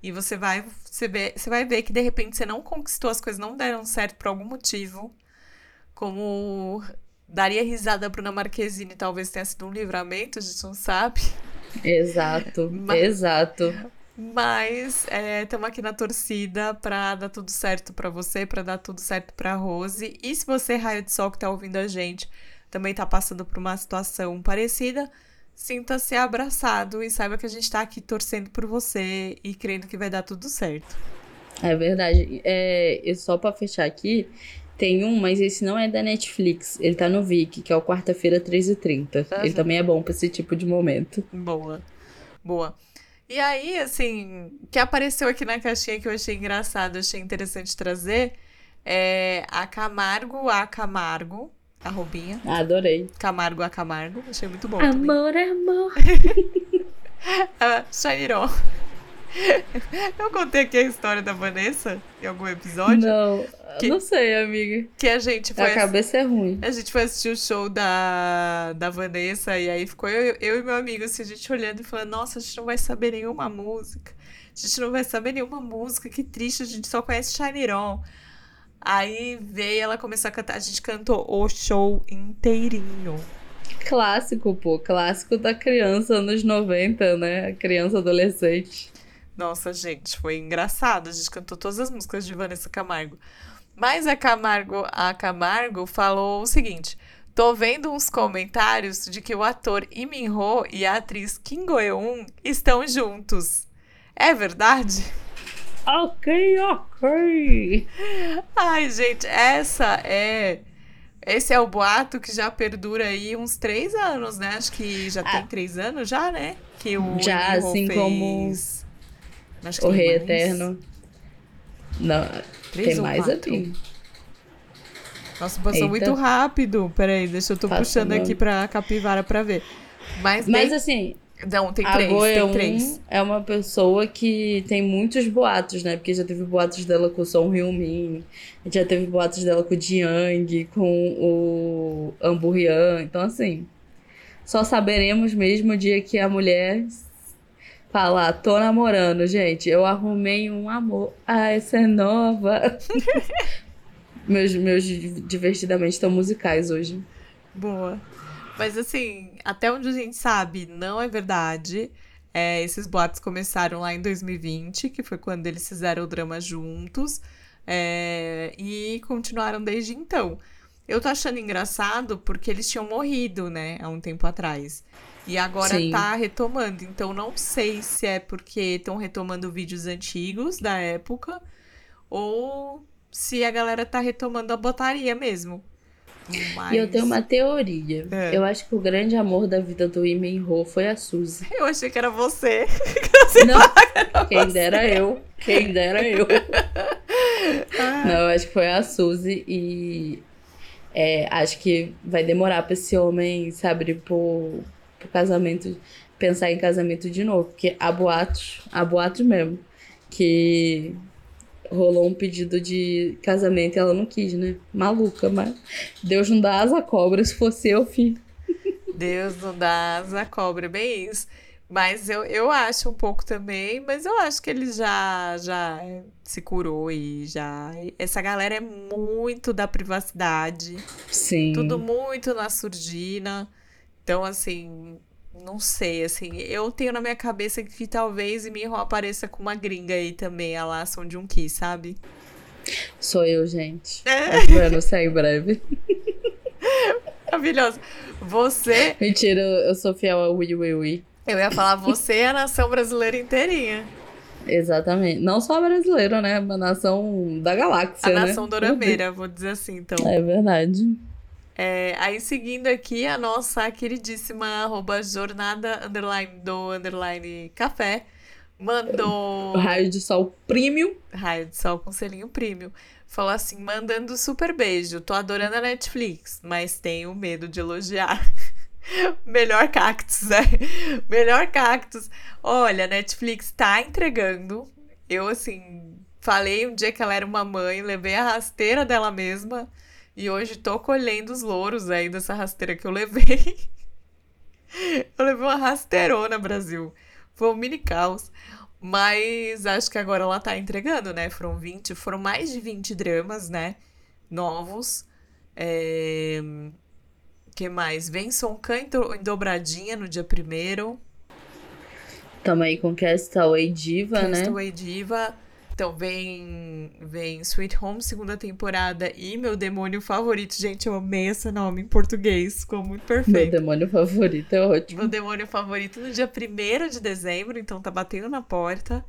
E você vai ver que de repente você não conquistou, as coisas não deram certo por algum motivo. Como daria risada a Bruna Marquezine, talvez tenha sido um livramento, a gente não sabe. Exato, Mas, exato. mas estamos aqui na torcida pra dar tudo certo pra você, pra dar tudo certo pra Rose. E se você, Raio de Sol, que tá ouvindo a gente, também tá passando por uma situação parecida, sinta-se abraçado e saiba que a gente tá aqui torcendo por você e crendo que vai dar tudo certo. É verdade. E só pra fechar aqui, tem um, mas esse não é da Netflix. Ele tá no Viki, que é o quarta-feira, 13h30. Ele também é bom pra esse tipo de momento. Boa, boa. E aí, assim, o que apareceu aqui na caixinha que eu achei engraçado, achei interessante trazer, é a Camargo, a Robinha. Adorei. Camargo, achei muito bom também. Amor, amor. A Shairon. Eu contei aqui a história da Vanessa em algum episódio. Não, não sei, amiga. Que a gente foi. A cabeça é ruim. A gente foi assistir o show da Vanessa e aí ficou eu e meu amigo, assim, a gente olhando e falando, nossa, a gente não vai saber nenhuma música. A gente não vai saber nenhuma música, que triste, a gente só conhece Shaniron. Aí veio, ela começou a cantar, a gente cantou o show inteirinho. Clássico, pô. Clássico da criança, anos 90, né? Criança, adolescente. Nossa, gente, foi engraçado. A gente cantou todas as músicas de Vanessa Camargo. Mas a Camargo falou o seguinte: tô vendo uns comentários de que o ator Lee Min-ho e a atriz Kim Go-eun estão juntos. É verdade? Ok. Ai, gente, esse é o boato que já perdura aí uns 3 anos, né? Acho que já tem 3 anos já, né? Que o Já, Lee Min-ho assim fez... como Acho que o Rei mais. Eterno. Não, 3 tem ou mais 4? ali. Nossa, passou Eita. muito rápido. Peraí, deixa eu tô Passa puxando mesmo. aqui pra Capivara pra ver. Mas assim, não, tem a 3, tem Go-eun 3. é uma pessoa que tem muitos boatos, né? Porque já teve boatos dela com o Song Hyun-min, já teve boatos dela com o Jiang, com o Ambu Hyun. Então, assim, só saberemos mesmo o dia que a mulher falar, tô namorando, gente. Eu arrumei um amor. Ah, essa é nova. Meus divertidamente estão musicais hoje. Boa. Mas assim, até onde a gente sabe, não é verdade. Esses boatos começaram lá em 2020, que foi quando eles fizeram o drama juntos. E continuaram desde então. Eu tô achando engraçado porque eles tinham morrido, né, há um tempo atrás. E agora Sim. tá retomando. Então não sei se é porque estão retomando vídeos antigos da época ou se a galera tá retomando a botaria mesmo. Mas E eu tenho uma teoria. Eu acho que o grande amor da vida do Lee Min-ho foi a Suzy. eu achei que era você. Não, quem dera eu. Não, eu acho que foi a Suzy e acho que vai demorar pra esse homem se abrir pro casamento, pensar em casamento de novo, porque há boatos mesmo, que rolou um pedido de casamento e ela não quis, né? Maluca, mas Deus não dá asa à cobra, se fosse eu, filho. Deus não dá asa à cobra, bem isso. Mas eu acho um pouco também, mas eu acho que ele já se curou e já... Essa galera é muito da privacidade. Sim. Tudo muito na surdina. Então, assim, não sei, assim, eu tenho na minha cabeça que talvez Lee Min-ho apareça com uma gringa aí também, a lá Song Joong-ki, sabe? Sou eu, gente. Acho que vai anunciar em breve. Maravilhosa. Você... Mentira, eu sou fiel ao Wii Wii Wii. Eu ia falar você e a nação brasileira inteirinha. Exatamente. Não só brasileiro, né? Uma nação da galáxia, A né? nação dorameira, vou dizer assim, então. É verdade. Aí, seguindo aqui, a nossa queridíssima @jornada_do_café mandou... Raio de sol premium. Raio de sol com selinho premium. Falou assim, mandando super beijo. Tô adorando a Netflix, mas tenho medo de elogiar. Melhor Cactus, né? Melhor Cactus. Olha, a Netflix tá entregando. Eu, assim, falei um dia que ela era uma mãe, levei a rasteira dela mesma e hoje tô colhendo os louros aí dessa rasteira que eu levei. Eu levei uma rasteirona, Brasil. Foi um mini caos. Mas acho que agora ela tá entregando, né? Foram mais de 20 dramas, né? Novos. É... Que mais? Vem Song Kang em dobradinha no dia 1º. Tamo aí com Castaway Diva, né? Castaway Diva. Então vem Sweet Home, segunda temporada. E Meu Demônio Favorito. Gente, eu amei esse nome em português. Ficou muito Meu perfeito. demônio favorito é ótimo. Meu Demônio Favorito no dia 1º de dezembro. Então tá batendo na porta.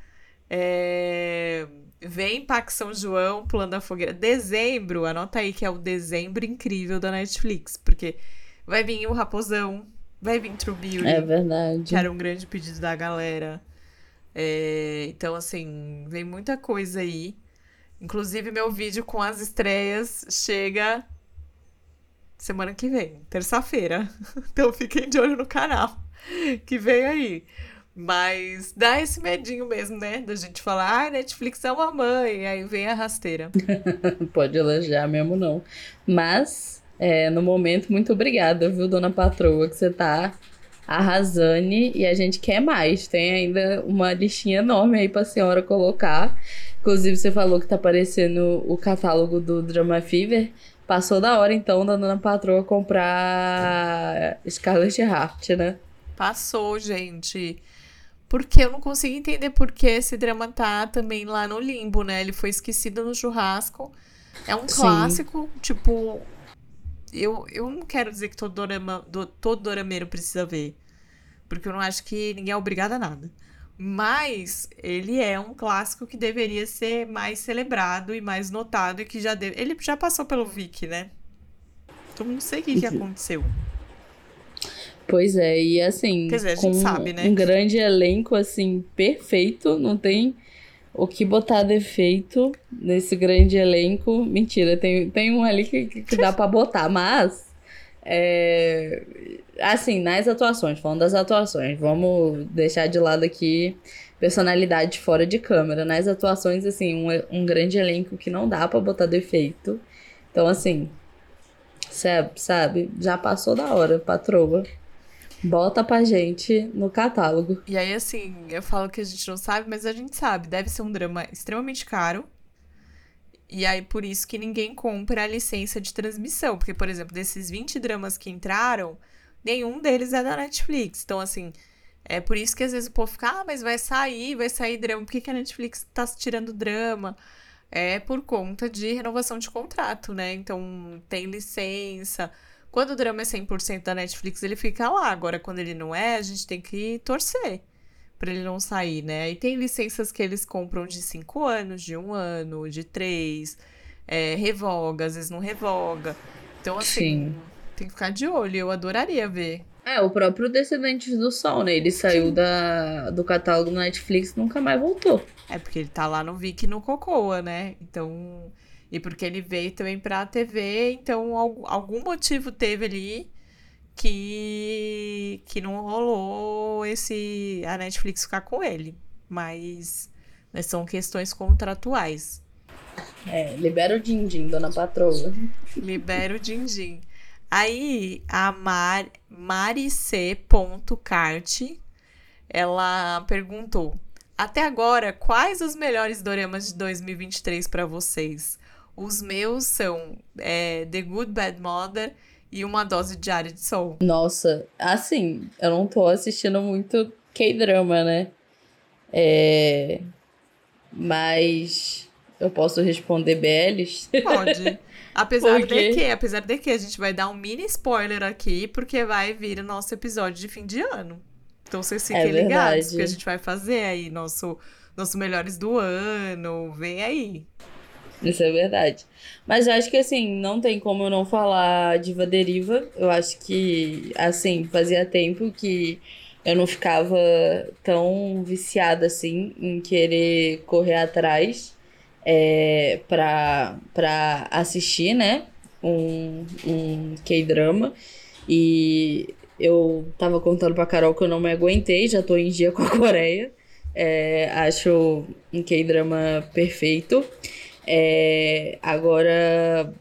Vem Pac São João, Pulando a Fogueira. Dezembro, anota aí que é o dezembro incrível da Netflix. Porque vai vir o Raposão. Vai vir True Beauty. É verdade. Que era um grande pedido da galera. Então, assim, vem muita coisa aí. Inclusive, meu vídeo com as estreias chega semana que vem, terça-feira. Então, fiquem de olho no canal, que vem aí. Mas dá esse medinho mesmo, né? Da gente falar, Netflix é uma mãe. Aí vem a rasteira. Pode elogiar mesmo, não. Mas, no momento, muito obrigada, viu, dona patroa, que você tá arrasando e a gente quer mais. Tem ainda uma listinha enorme aí pra senhora colocar. Inclusive, você falou que tá aparecendo o catálogo do Drama Fever. Passou da hora, então, da dona patroa comprar Scarlet Heart, né? Passou, gente. Porque eu não consigo entender por que esse drama tá também lá no limbo, né? Ele foi esquecido no churrasco. É um clássico, tipo... Eu não quero dizer que todo dorameiro precisa ver. Porque eu não acho que ninguém é obrigado a nada. Mas ele é um clássico que deveria ser mais celebrado e mais notado. E que ele já passou pelo Viki, né? Então não sei o que aconteceu. Pois é, e assim, Quer dizer, a gente com sabe, né? um grande elenco, assim, perfeito, não tem o que botar defeito nesse grande elenco. Mentira, tem um ali que dá pra botar, mas assim, nas atuações, falando das atuações, vamos deixar de lado aqui personalidade fora de câmera. Nas atuações, assim, um grande elenco que não dá pra botar defeito. Então, assim, sabe, já passou da hora, patroa. Bota pra gente no catálogo. E aí, assim, eu falo que a gente não sabe, mas a gente sabe. Deve ser um drama extremamente caro. E aí, por isso que ninguém compra a licença de transmissão. Porque, por exemplo, desses 20 dramas que entraram, nenhum deles é da Netflix. Então, assim, é por isso que às vezes o povo fica, mas vai sair drama. Por que a Netflix tá tirando drama? É por conta de renovação de contrato, né? Então, tem licença. Quando o drama é 100% da Netflix, ele fica lá. Agora, quando ele não é, a gente tem que torcer pra ele não sair, né? E tem licenças que eles compram de 5 anos, de 1 ano, de 3. Revoga, às vezes não revoga. Então, assim, tem que ficar de olho. Eu adoraria ver. O próprio Descendentes do Sol, né? Ele saiu do catálogo da Netflix e nunca mais voltou. Porque ele tá lá no Viki e no Cocoa, né? Então... E porque ele veio também pra TV, então algum motivo teve ali que não rolou a Netflix ficar com ele. Mas são questões contratuais. Libera o din-din, dona patroa. Libera o din-din. Aí, a maric.cart, ela perguntou: até agora, quais os melhores doramas de 2023 pra vocês? Os meus são The Good Bad Mother e Uma Dose Diária de Sol. Nossa, assim, eu não tô assistindo muito K-drama, né? Mas eu posso responder BLs? Pode. Apesar de que a gente vai dar um mini spoiler aqui, porque vai vir o nosso episódio de fim de ano. Então vocês fiquem ligados, porque a gente vai fazer aí nosso melhores do ano. Vem aí. Isso é verdade. Mas eu acho que, assim, não tem como eu não falar Diva Deriva. Eu acho que, assim, fazia tempo que eu não ficava tão viciada, assim, em querer correr atrás pra assistir, né? Um K-drama. E eu tava contando pra Carol que eu não me aguentei, já tô em dia com a Coreia. Acho um K-drama perfeito. Agora,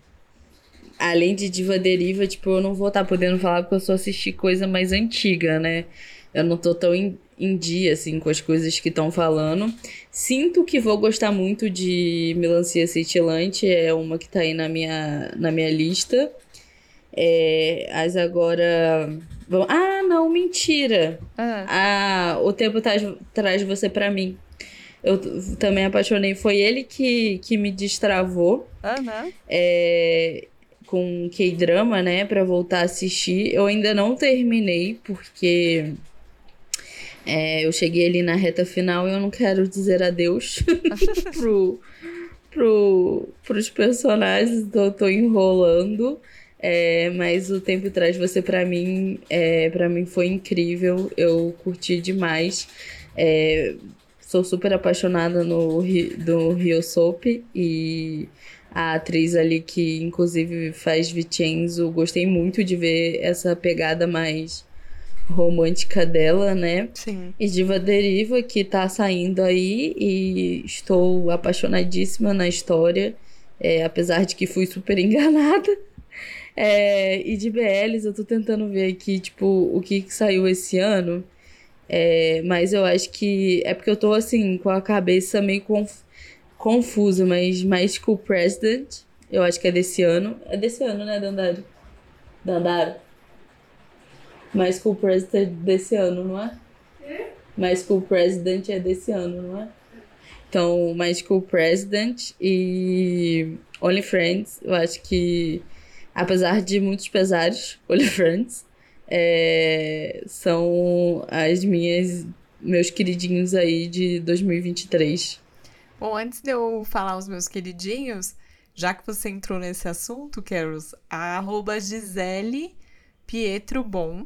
além de Diva Deriva, tipo, eu não vou estar podendo falar porque eu só assisti coisa mais antiga, né? Eu não tô tão em dia, assim, com as coisas que estão falando. Sinto que vou gostar muito de Melancia Cintilante, é uma que tá aí na minha lista. Mas agora. Ah, não, mentira! O tempo traz você pra mim. Eu também apaixonei. Foi ele que me destravou. Com K-drama, né? Pra voltar a assistir. Eu ainda não terminei, porque eu cheguei ali na reta final e eu não quero dizer adeus pros personagens. Então eu tô enrolando. Mas o tempo traz você pra mim. Pra mim foi incrível. Eu curti demais. Sou super apaixonada do Ryosope e a atriz ali que inclusive faz Vincenzo, gostei muito de ver essa pegada mais romântica dela, né? Sim. E Diva Deriva, que tá saindo aí e estou apaixonadíssima na história, apesar de que fui super enganada. E de BLs, eu tô tentando ver aqui, tipo, o que saiu esse ano. Mas eu acho que é porque eu tô assim, com a cabeça meio confusa, mas My School President, eu acho que é desse ano. É desse ano, né, Dandara? Dandara? My School President é desse ano, não é? My School President é desse ano, não é? Então, My School President e Only Friends, eu acho que, apesar de muitos pesares, Only Friends, são meus queridinhos aí de 2023. Bom, antes de eu falar os meus queridinhos, já que você entrou nesse assunto, Caros, a @Gisele Pietro Bom,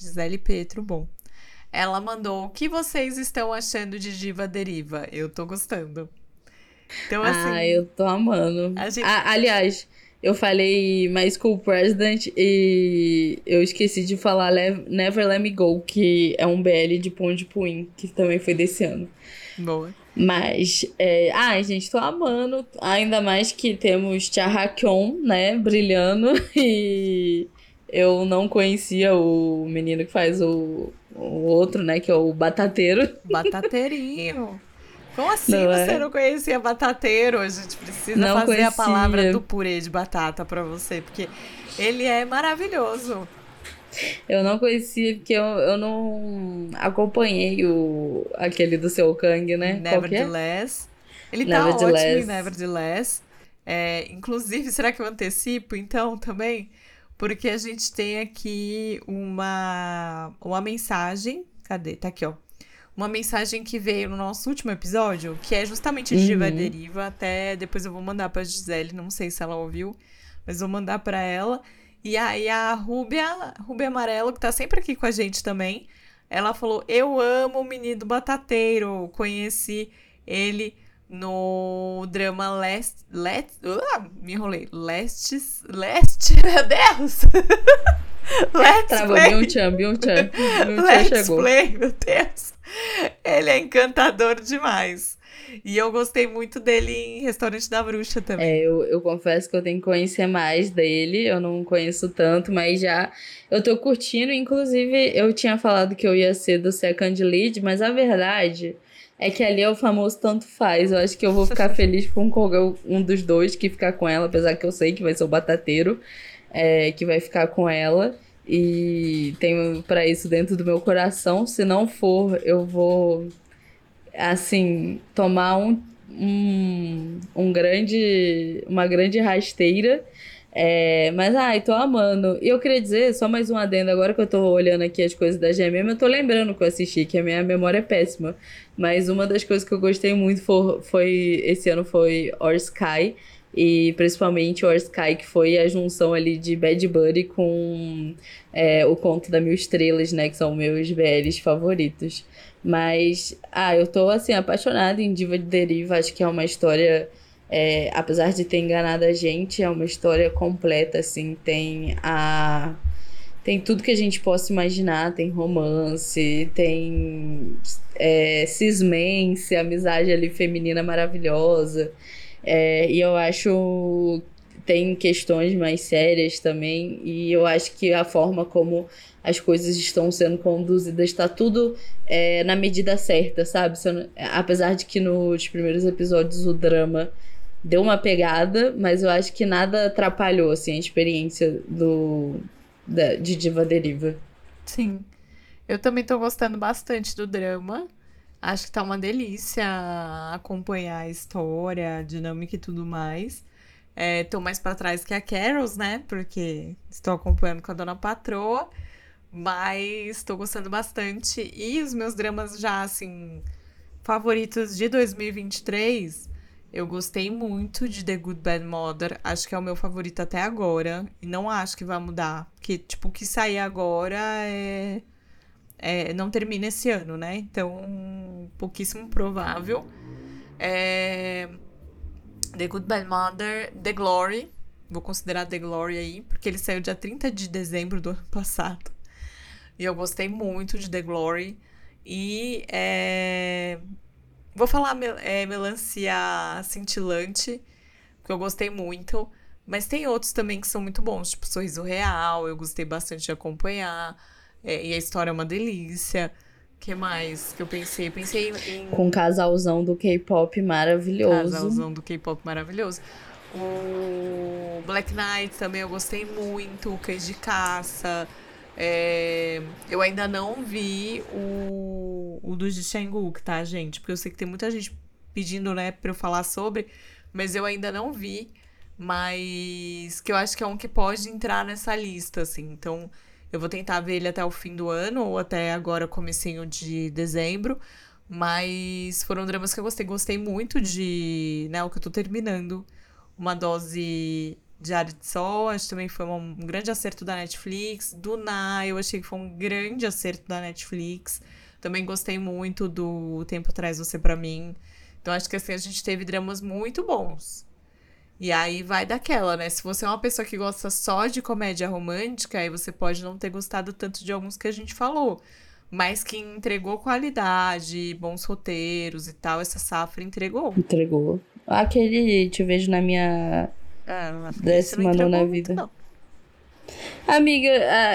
ela mandou: o que vocês estão achando de Diva Deriva? Eu tô gostando. Então, assim... eu tô amando. gente... Aliás, eu falei My School President e eu esqueci de falar Never Let Me Go, que é um BL de Pond Puin, que também foi desse ano. Boa. Mas, gente, tô amando. Ainda mais que temos Cha Ha-kyun, né, brilhando. E eu não conhecia o menino que faz o outro, né, que é o Batateiro. Batateirinho. Como assim você não conhecia Batateiro? A gente precisa fazer conhecia. A palavra do purê de batata pra você, porque ele é maravilhoso. Eu não conhecia, porque eu não acompanhei aquele do Seu Kang, né? Nevertheless. Ele tá ótimo em Nevertheless. Inclusive, será que eu antecipo, então, também? Porque a gente tem aqui uma mensagem. Cadê? Tá aqui, ó. Uma mensagem que veio no nosso último episódio, que é justamente de Diva Deriva. Até depois eu vou mandar pra Gisele, não sei se ela ouviu, mas vou mandar pra ela. E aí a Rúbia Amarelo, que tá sempre aqui com a gente também, ela falou: eu amo o menino batateiro, conheci ele no drama me enrolei. Leste, meu Deus! Travou, Byung-chan chegou. Play, meu Deus! Ele é encantador demais. E eu gostei muito dele em Restaurante da Bruxa também. Eu confesso que eu tenho que conhecer mais dele. Eu não conheço tanto, mas eu tô curtindo. Inclusive, eu tinha falado que eu ia ser do Second Lead, mas a verdade é que ali é o famoso tanto faz. Eu acho que eu vou ficar feliz com um dos dois que ficar com ela, apesar que eu sei que vai ser o Batateiro que vai ficar com ela. E tenho pra isso dentro do meu coração. Se não for, eu vou, assim, tomar uma grande rasteira. Mas, tô amando. E eu queria dizer, só mais um adendo, agora que eu tô olhando aqui as coisas da GMM, eu tô lembrando que eu assisti, que a minha memória é péssima. Mas uma das coisas que eu gostei muito esse ano foi Our Sky. E principalmente Our Sky, que foi a junção ali de Bad Buddy com o Conto da Mil Estrelas, né? Que são meus BLs favoritos. Mas, eu tô, assim, apaixonada em Diva de Deriva. Acho que é uma história, apesar de ter enganado a gente, é uma história completa, assim. Tem tudo que a gente possa imaginar. Tem romance, tem cismense, amizade ali feminina maravilhosa. E eu acho tem questões mais sérias também, e eu acho que a forma como as coisas estão sendo conduzidas está tudo na medida certa, sabe? Apesar de que nos primeiros episódios o drama deu uma pegada, mas eu acho que nada atrapalhou assim, a experiência de Diva à Deriva. Sim. Eu também tô gostando bastante do drama. Acho que tá uma delícia acompanhar a história, a dinâmica e tudo mais. Tô mais pra trás que a Carols, né? Porque estou acompanhando com a Dona Patroa. Mas tô gostando bastante. E os meus dramas já, assim, favoritos de 2023, eu gostei muito de The Good Bad Mother. Acho que é o meu favorito até agora. E não acho que vai mudar. Porque, tipo, o que sair agora não termina esse ano, né? Então, pouquíssimo provável. The Good Bad Mother, The Glory. Vou considerar The Glory aí, porque ele saiu dia 30 de dezembro do ano passado. E eu gostei muito de The Glory. E vou falar Melancia Cintilante, porque eu gostei muito. Mas tem outros também que são muito bons, tipo Sorriso Real, eu gostei bastante de acompanhar. E a história é uma delícia. O que mais que eu pensei? Pensei em... Com um casalzão do K-pop maravilhoso. Casalzão do K-pop maravilhoso. O Black Knight também eu gostei muito. Cães de Caça. Eu ainda não vi o do Ji Chang-wook, tá, gente? Porque eu sei que tem muita gente pedindo, né, pra eu falar sobre, mas eu ainda não vi. Mas que eu acho que é um que pode entrar nessa lista, assim. Então, eu vou tentar ver ele até o fim do ano, ou até agora, comecinho de dezembro. Mas foram dramas que eu gostei. Gostei muito de, né, o que eu tô terminando. Uma Dose Diário de Sol, acho que também foi um grande acerto da Netflix. Duna, eu achei que foi um grande acerto da Netflix. Também gostei muito do O Tempo Traz Você Pra Mim. Então, acho que assim, a gente teve dramas muito bons. E aí vai daquela, né? Se você é uma pessoa que gosta só de comédia romântica, aí você pode não ter gostado tanto de alguns que a gente falou. Mas que entregou qualidade, bons roteiros e tal, essa safra entregou. Entregou. Aquele Te Vejo na Minha 19ª vida. Não. Amiga,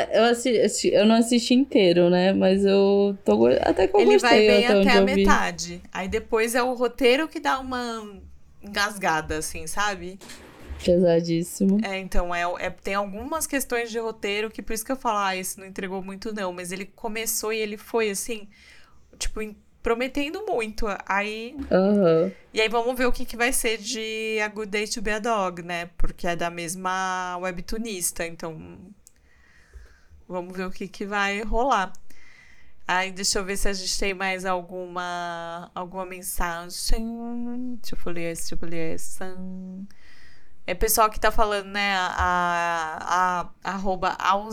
eu não assisti inteiro, né? Mas até que eu Ele gostei. vai bem até até a onde eu vi. metade. Aí depois é o roteiro que dá uma engasgada, assim, sabe? Pesadíssimo. Então, tem algumas questões de roteiro que por isso que eu falo, esse não entregou muito não. Mas ele começou e ele foi, assim, tipo, prometendo muito. Aí... Aham. E aí vamos ver o que vai ser de A Good Day to Be a Dog, né? Porque é da mesma webtoonista, então... Vamos ver o que vai rolar. Aí, deixa eu ver se a gente tem mais alguma mensagem. Deixa eu ler essa. Pessoal que tá falando, né? A arroba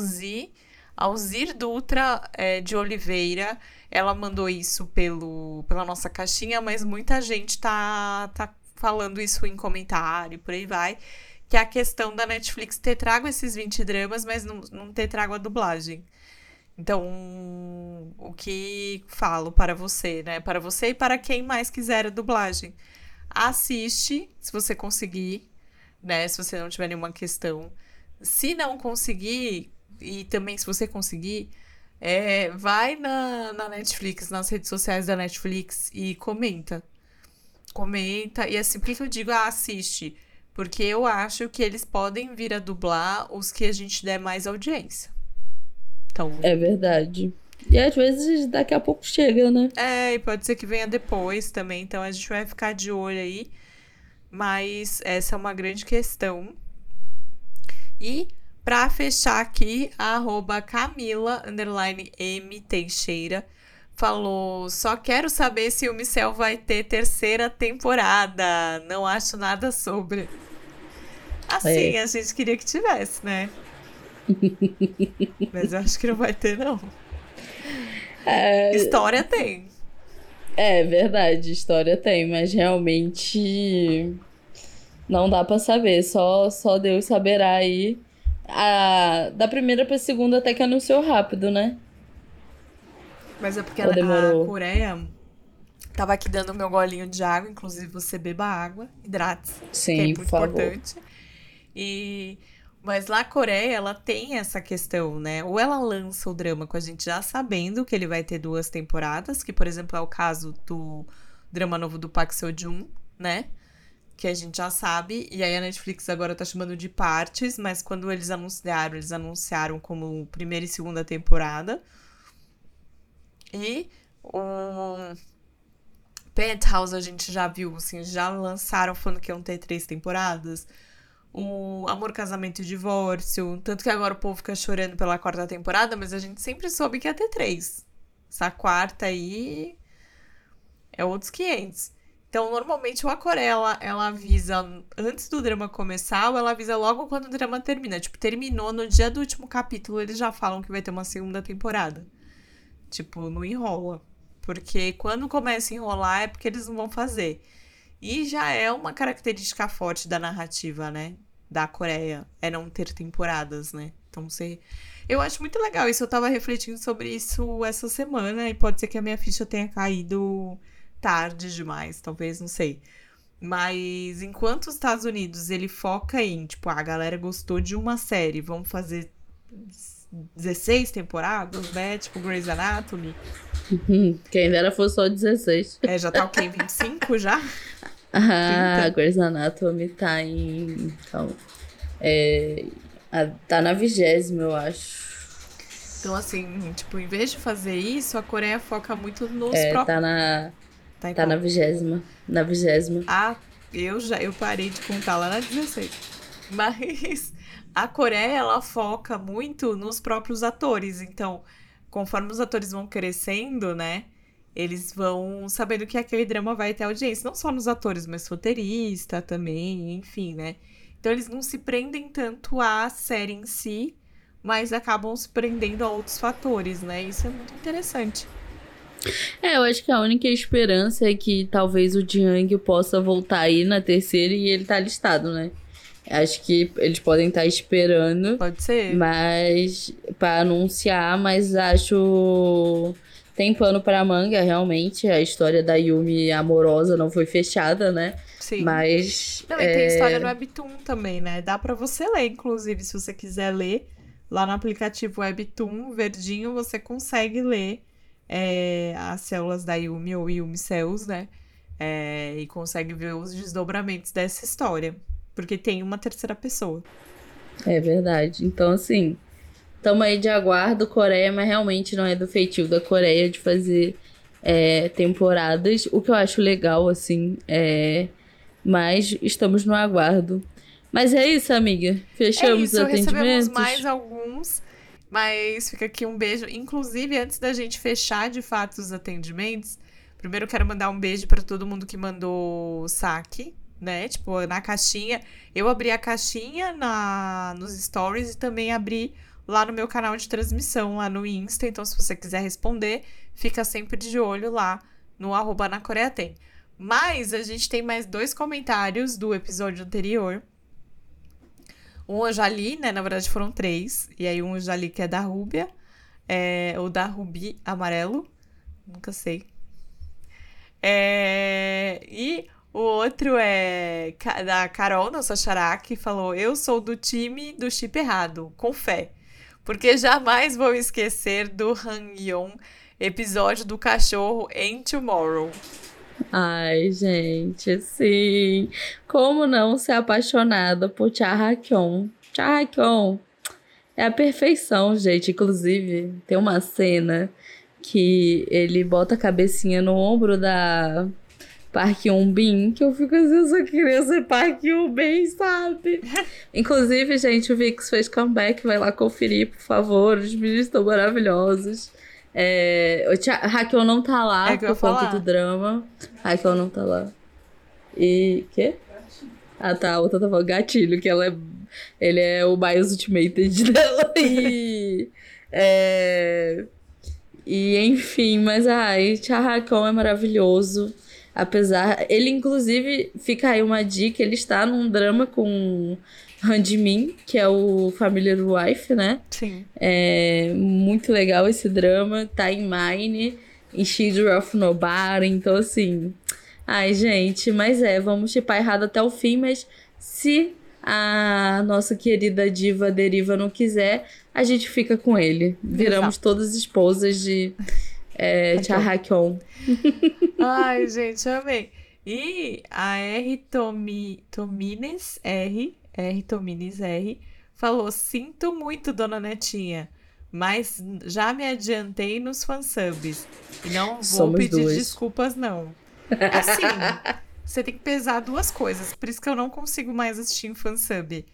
Alzir Dutra de Oliveira. Ela mandou isso pela nossa caixinha, mas muita gente tá falando isso em comentário, por aí vai. Que é a questão da Netflix ter trago esses 20 dramas, mas não ter trago a dublagem. Então, o que falo para você, né? Para você e para quem mais quiser a dublagem. Assiste, se você conseguir, né? Se você não tiver nenhuma questão. Se não conseguir, e também se você conseguir, vai na Netflix, nas redes sociais da Netflix e comenta. Comenta. E assim, por que eu digo assiste? Porque eu acho que eles podem vir a dublar os que a gente der mais audiência. Então... É verdade. E às vezes daqui a pouco chega, né? E pode ser que venha depois também. Então a gente vai ficar de olho aí. Mas essa é uma grande questão. E pra fechar aqui, a @Camila_M Teixeira falou: só quero saber se o Micel vai ter terceira temporada. Não acho nada sobre. Assim, a gente queria que tivesse, né? Mas eu acho que não vai ter, não. História tem. É verdade, história tem, mas realmente não dá pra saber. Só Deus saberá aí. Da primeira pra segunda até que anunciou rápido, né? Mas é porque Ou a demorou? Coreia tava aqui dando meu golinho de água, inclusive você beba água, hidrate-se, que é Sim, muito por favor. importante. Mas lá a Coreia, ela tem essa questão, né? Ou ela lança o drama com a gente já sabendo que ele vai ter 2 temporadas, que, por exemplo, é o caso do drama novo do Park Seo-joon, né? Que a gente já sabe. E aí a Netflix agora tá chamando de partes, mas quando eles anunciaram como primeira e segunda temporada. E o Penthouse a gente já viu, assim, já lançaram falando que iam ter 3 temporadas. O Amor, Casamento e Divórcio. Tanto que agora o povo fica chorando pela 4ª temporada, mas a gente sempre soube que ia ter 3. Essa 4ª aí é outros 500. Então, normalmente, a Coreia, ela avisa antes do drama começar ou ela avisa logo quando o drama termina. Tipo, terminou no dia do último capítulo, eles já falam que vai ter uma segunda temporada. Tipo, não enrola. Porque quando começa a enrolar é porque eles não vão fazer. E já é uma característica forte da narrativa, né? Da Coreia. É não ter temporadas, né? Então, eu acho muito legal isso. Eu tava refletindo sobre isso essa semana. E pode ser que a minha ficha tenha caído tarde demais. Talvez, não sei. Mas enquanto os Estados Unidos, ele foca em... Tipo, a galera gostou de uma série. Vamos fazer 16 temporadas, né? Tipo, Grey's Anatomy. Quem dera fosse só 16. Já tá o quê? 25 já? Ah, Grey's Anatomy tá em... Calma. Tá na 20ª, eu acho. Então, assim, tipo, em vez de fazer isso, a Coreia foca muito nos próprios... Tá na 20ª. Na 20ª. Ah, eu parei de contar lá na 16. Mas a Coreia, ela foca muito nos próprios atores. Então, conforme os atores vão crescendo, né? Eles vão sabendo que aquele drama vai ter audiência. Não só nos atores, mas roteirista também, enfim, né? Então, eles não se prendem tanto à série em si, mas acabam se prendendo a outros fatores, né? Isso é muito interessante. Eu acho que a única esperança é que talvez o Jang possa voltar aí na 3ª e ele tá listado, né? Acho que eles podem estar esperando. Pode ser. Mas pra anunciar, mas acho... Tem pano pra manga, realmente. A história da Yumi amorosa não foi fechada, né? Sim. Mas... Não, e tem história no Webtoon também, né? Dá pra você ler, inclusive, se você quiser ler. Lá no aplicativo Webtoon, verdinho, você consegue ler as células da Yumi ou Yumi Cells, né? E consegue ver os desdobramentos dessa história. Porque tem uma 3ª pessoa. É verdade. Então, assim... Tamo aí de aguardo, Coreia, mas realmente não é do feitio da Coreia de fazer temporadas. O que eu acho legal, assim, mas estamos no aguardo. Mas é isso, amiga. Fechamos os atendimentos. Recebemos mais alguns, mas fica aqui um beijo. Inclusive, antes da gente fechar, de fato, os atendimentos, primeiro eu quero mandar um beijo para todo mundo que mandou saque, né? Tipo, na caixinha. Eu abri a caixinha nos stories e também abri lá no meu canal de transmissão, lá no Insta. Então, se você quiser responder, fica sempre de olho lá no @nacoreatem. Mas a gente tem mais 2 comentários do episódio anterior. Um eu já li, né? Na verdade, foram 3. E aí, um eu já li que é da Rúbia. O da Rubi Amarelo. Nunca sei. E o outro é da Carol, nossa xará, que falou: eu sou do time do chip errado, com fé. Porque jamais vou esquecer do Han-yeon, episódio do cachorro em Tomorrow. Ai, gente, sim. Como não ser apaixonada por Cha Ha-kyung? Cha Ha-kyung é a perfeição, gente. Inclusive, tem uma cena que ele bota a cabecinha no ombro da Park Yoon-bin, que eu fico assim, eu só queria ser Park Yoon-bin, sabe? Inclusive, gente, o VIX fez comeback, vai lá conferir, por favor, os vídeos estão maravilhosos. O Raquel não tá lá por conta do drama. Raquel não tá lá. E... quê? Ah, tá, a outra tá falando gatilho, que ele é o mais ultimated dela. E enfim, mas Cha Ha-kyung é maravilhoso. Apesar... Ele, inclusive, fica aí uma dica, ele está num drama com Han Ji-min, que é o Familiar Wife, né? Sim. É muito legal esse drama. Tá em Mine, em Children of Nobody. Então, assim... Ai, gente, mas vamos chipar errado até o fim, mas se a nossa querida diva Deriva não quiser, a gente fica com ele. Viramos todas esposas de Cha Ha-kyung. Ai, gente, amei. E a Tomines R, falou: sinto muito, dona Netinha, mas já me adiantei nos fansubs. E não vou Somos pedir duas. desculpas, não. Assim, você tem que pesar duas coisas. Por isso que eu não consigo mais assistir em fansub.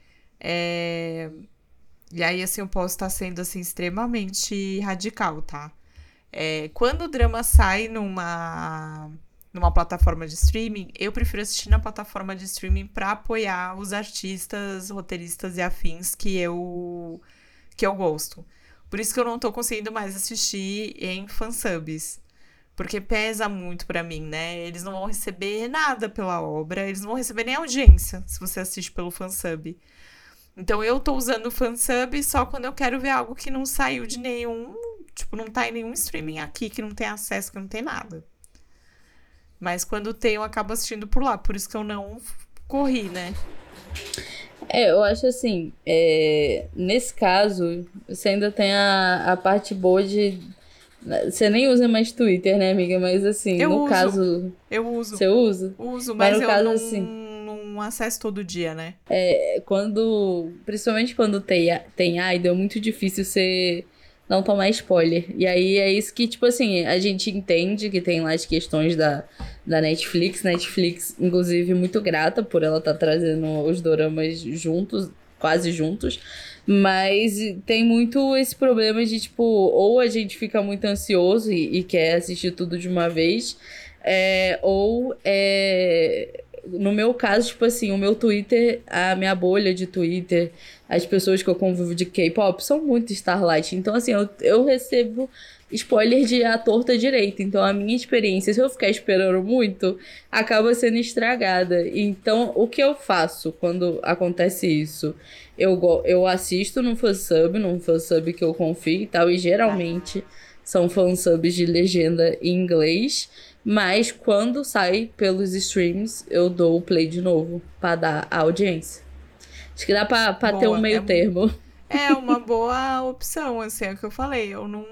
E aí, assim, eu posso estar sendo, assim, extremamente radical, tá? Quando o drama sai numa plataforma de streaming, eu prefiro assistir na plataforma de streaming pra apoiar os artistas, roteiristas e afins que eu gosto. Por isso que eu não tô conseguindo mais assistir em fansubs. Porque pesa muito pra mim, né? Eles não vão receber nada pela obra, eles não vão receber nem audiência se você assiste pelo fansub. Então eu tô usando o fansub só quando eu quero ver algo que não saiu de nenhum... Tipo, não tá em nenhum streaming aqui, que não tem acesso, que não tem nada. Mas quando tem, eu acabo assistindo por lá. Por isso que eu não corri, né? Eu acho assim, nesse caso, você ainda tem a parte boa de... Você nem usa mais Twitter, né, amiga? Mas assim, caso... Eu uso. Você usa? Uso, mas no eu caso, não, assim, não acesso todo dia, né? Principalmente quando tem idol, é muito difícil você não tomar spoiler. E aí é isso que, tipo assim, a gente entende que tem lá as questões da Netflix. Netflix, inclusive, muito grata por ela estar trazendo os doramas juntos, quase juntos. Mas tem muito esse problema de, tipo, ou a gente fica muito ansioso e quer assistir tudo de uma vez, no meu caso, tipo assim, o meu Twitter, a minha bolha de Twitter, as pessoas que eu convivo de K-pop são muito Starlight. Então, assim, eu recebo spoiler de à torta direita. Então, a minha experiência, se eu ficar esperando muito, acaba sendo estragada. Então, o que eu faço quando acontece isso? Eu assisto num fansub que eu confio e tal, e geralmente são fansubs de legenda em inglês. Mas quando sai pelos streams, eu dou o play de novo pra dar a audiência. Acho que dá pra ter um meio termo. É uma boa opção, assim, é o que eu falei. Eu não...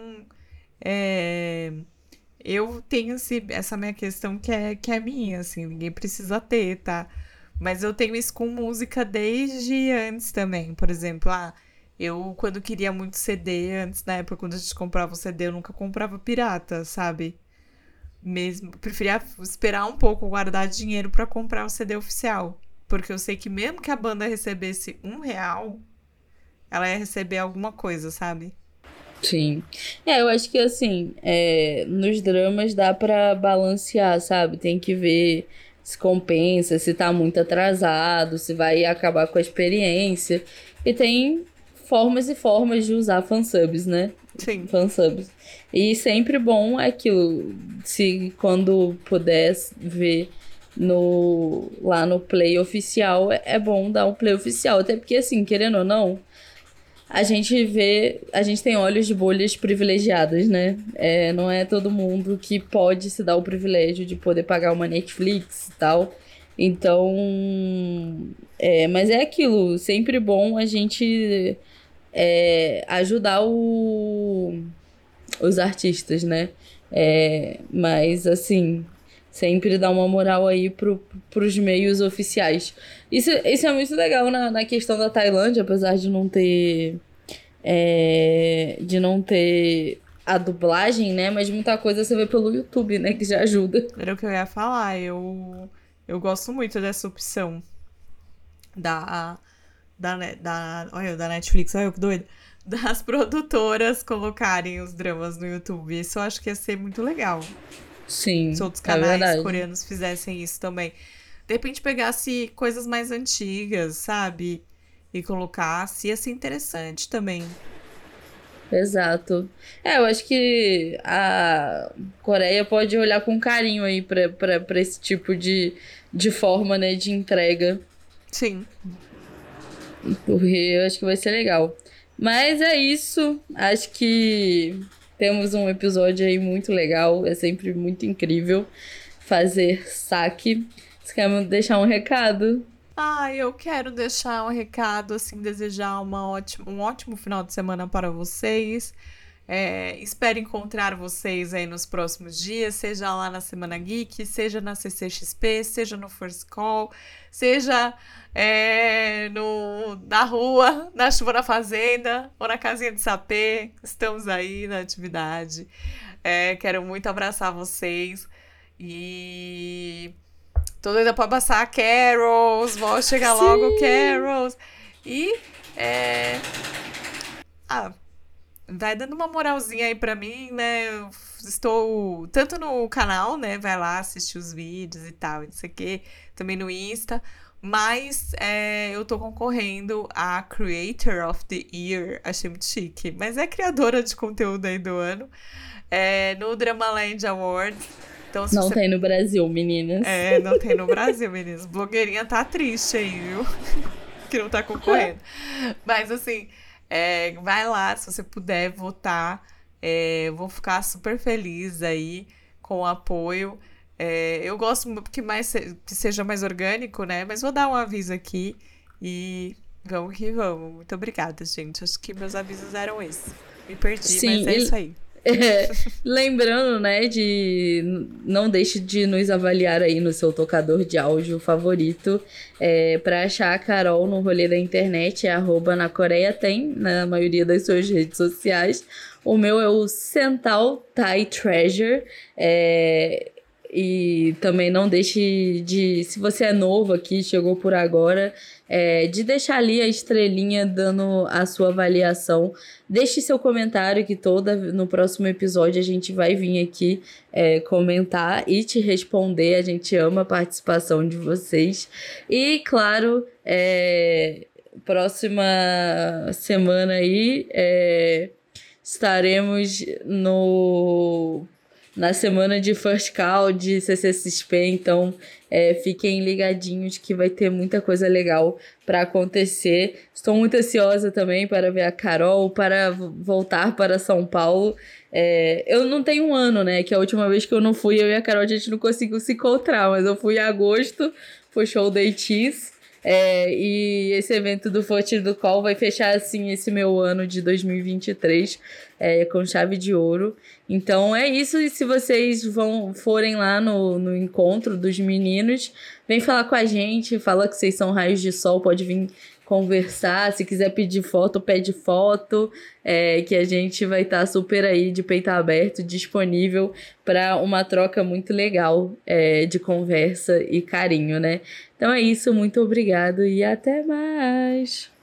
Eu tenho essa minha questão que é minha, assim, ninguém precisa ter, tá? Mas eu tenho isso com música desde antes também. Por exemplo, eu quando queria muito CD, antes, na época, quando a gente comprava um CD, eu nunca comprava pirata, sabe? Mesmo, preferia esperar um pouco, guardar dinheiro pra comprar o CD oficial. Porque eu sei que mesmo que a banda recebesse R$1, ela ia receber alguma coisa, sabe? Sim. Eu acho que assim, nos dramas dá pra balancear, sabe? Tem que ver se compensa, se tá muito atrasado, se vai acabar com a experiência. E tem formas e formas de usar fansubs, né? Sim. Fansubs. E sempre bom é aquilo, se quando puder ver lá no play oficial, é bom dar um play oficial. Até porque, assim, querendo ou não, a gente tem olhos de bolhas privilegiadas, né? Não é todo mundo que pode se dar o privilégio de poder pagar uma Netflix e tal. Então, mas é aquilo, sempre bom a gente ajudar os artistas, né? Mas, assim, sempre dá uma moral aí pros meios oficiais. Isso é muito legal na questão da Tailândia, apesar de não ter a dublagem, né? Mas muita coisa você vê pelo YouTube, né? Que já ajuda. Era o que eu ia falar. Eu gosto muito dessa opção olha, da Netflix, olha eu que doida. Das produtoras colocarem os dramas no YouTube. Isso eu acho que ia ser muito legal. Sim, Se outros canais coreanos fizessem isso também. De repente pegasse coisas mais antigas, sabe? E colocasse, ia ser interessante também. Exato. Eu acho que a Coreia pode olhar com carinho aí pra esse tipo de forma, né, de entrega. Sim. Porque eu acho que vai ser legal. Mas é isso. Acho que temos um episódio aí muito legal. É sempre muito incrível fazer saque. Você quer deixar um recado? Eu quero deixar um recado, assim, desejar um ótimo final de semana para vocês. Espero encontrar vocês aí nos próximos dias, seja lá na Semana Geek, seja na CCXP, seja no First Call, seja na rua, na chuva na fazenda ou na casinha de sapê. Estamos aí na atividade. Quero muito abraçar vocês e tô doida pra abraçar a Carols. Vou chegar logo, Carols. E vai dando uma moralzinha aí pra mim, né? Eu estou tanto no canal, né? Vai lá assistir os vídeos e tal, não sei o quê. Também no Insta. Mas eu tô concorrendo a Creator of the Year. Achei muito chique. Mas é criadora de conteúdo aí do ano. No Dramaland Awards. Então, não tem no Brasil, meninas. Não tem no Brasil, meninas. Blogueirinha tá triste aí, viu? Que não tá concorrendo. Mas, assim, vai lá, se você puder votar. Vou ficar super feliz aí com o apoio. Eu gosto que seja mais orgânico, né? Mas vou dar um aviso aqui e vamos que vamos. Muito obrigada, gente. Acho que meus avisos eram esses. Me perdi, sim, mas é isso aí. Lembrando, né, não deixe de nos avaliar aí no seu tocador de áudio favorito. Para achar a Carol no rolê da internet é @na Coreia tem, na maioria das suas redes sociais. O meu é o Sental Thai Treasure. E também não deixe de, se você é novo aqui, chegou por agora, de deixar ali a estrelinha dando a sua avaliação. Deixe seu comentário que no próximo episódio a gente vai vir aqui comentar e te responder. A gente ama a participação de vocês. E, claro, próxima semana aí estaremos na semana de First Call de CCXP, então fiquem ligadinhos que vai ter muita coisa legal para acontecer. Estou muito ansiosa também para ver a Carol, para voltar para São Paulo. Eu não tenho um ano, né, que a última vez que eu não fui, eu e a Carol, a gente não conseguiu se encontrar, mas eu fui em agosto, foi show da Itis. E esse evento do First do Call vai fechar assim esse meu ano de 2023 com chave de ouro. Então é isso, e se vocês forem lá no encontro dos meninos, vem falar com a gente, fala que vocês são raios de sol, pode vir conversar, se quiser pedir foto, pede foto, que a gente vai estar super aí de peito aberto, disponível para uma troca muito legal de conversa e carinho, né? Então é isso, muito obrigado e até mais!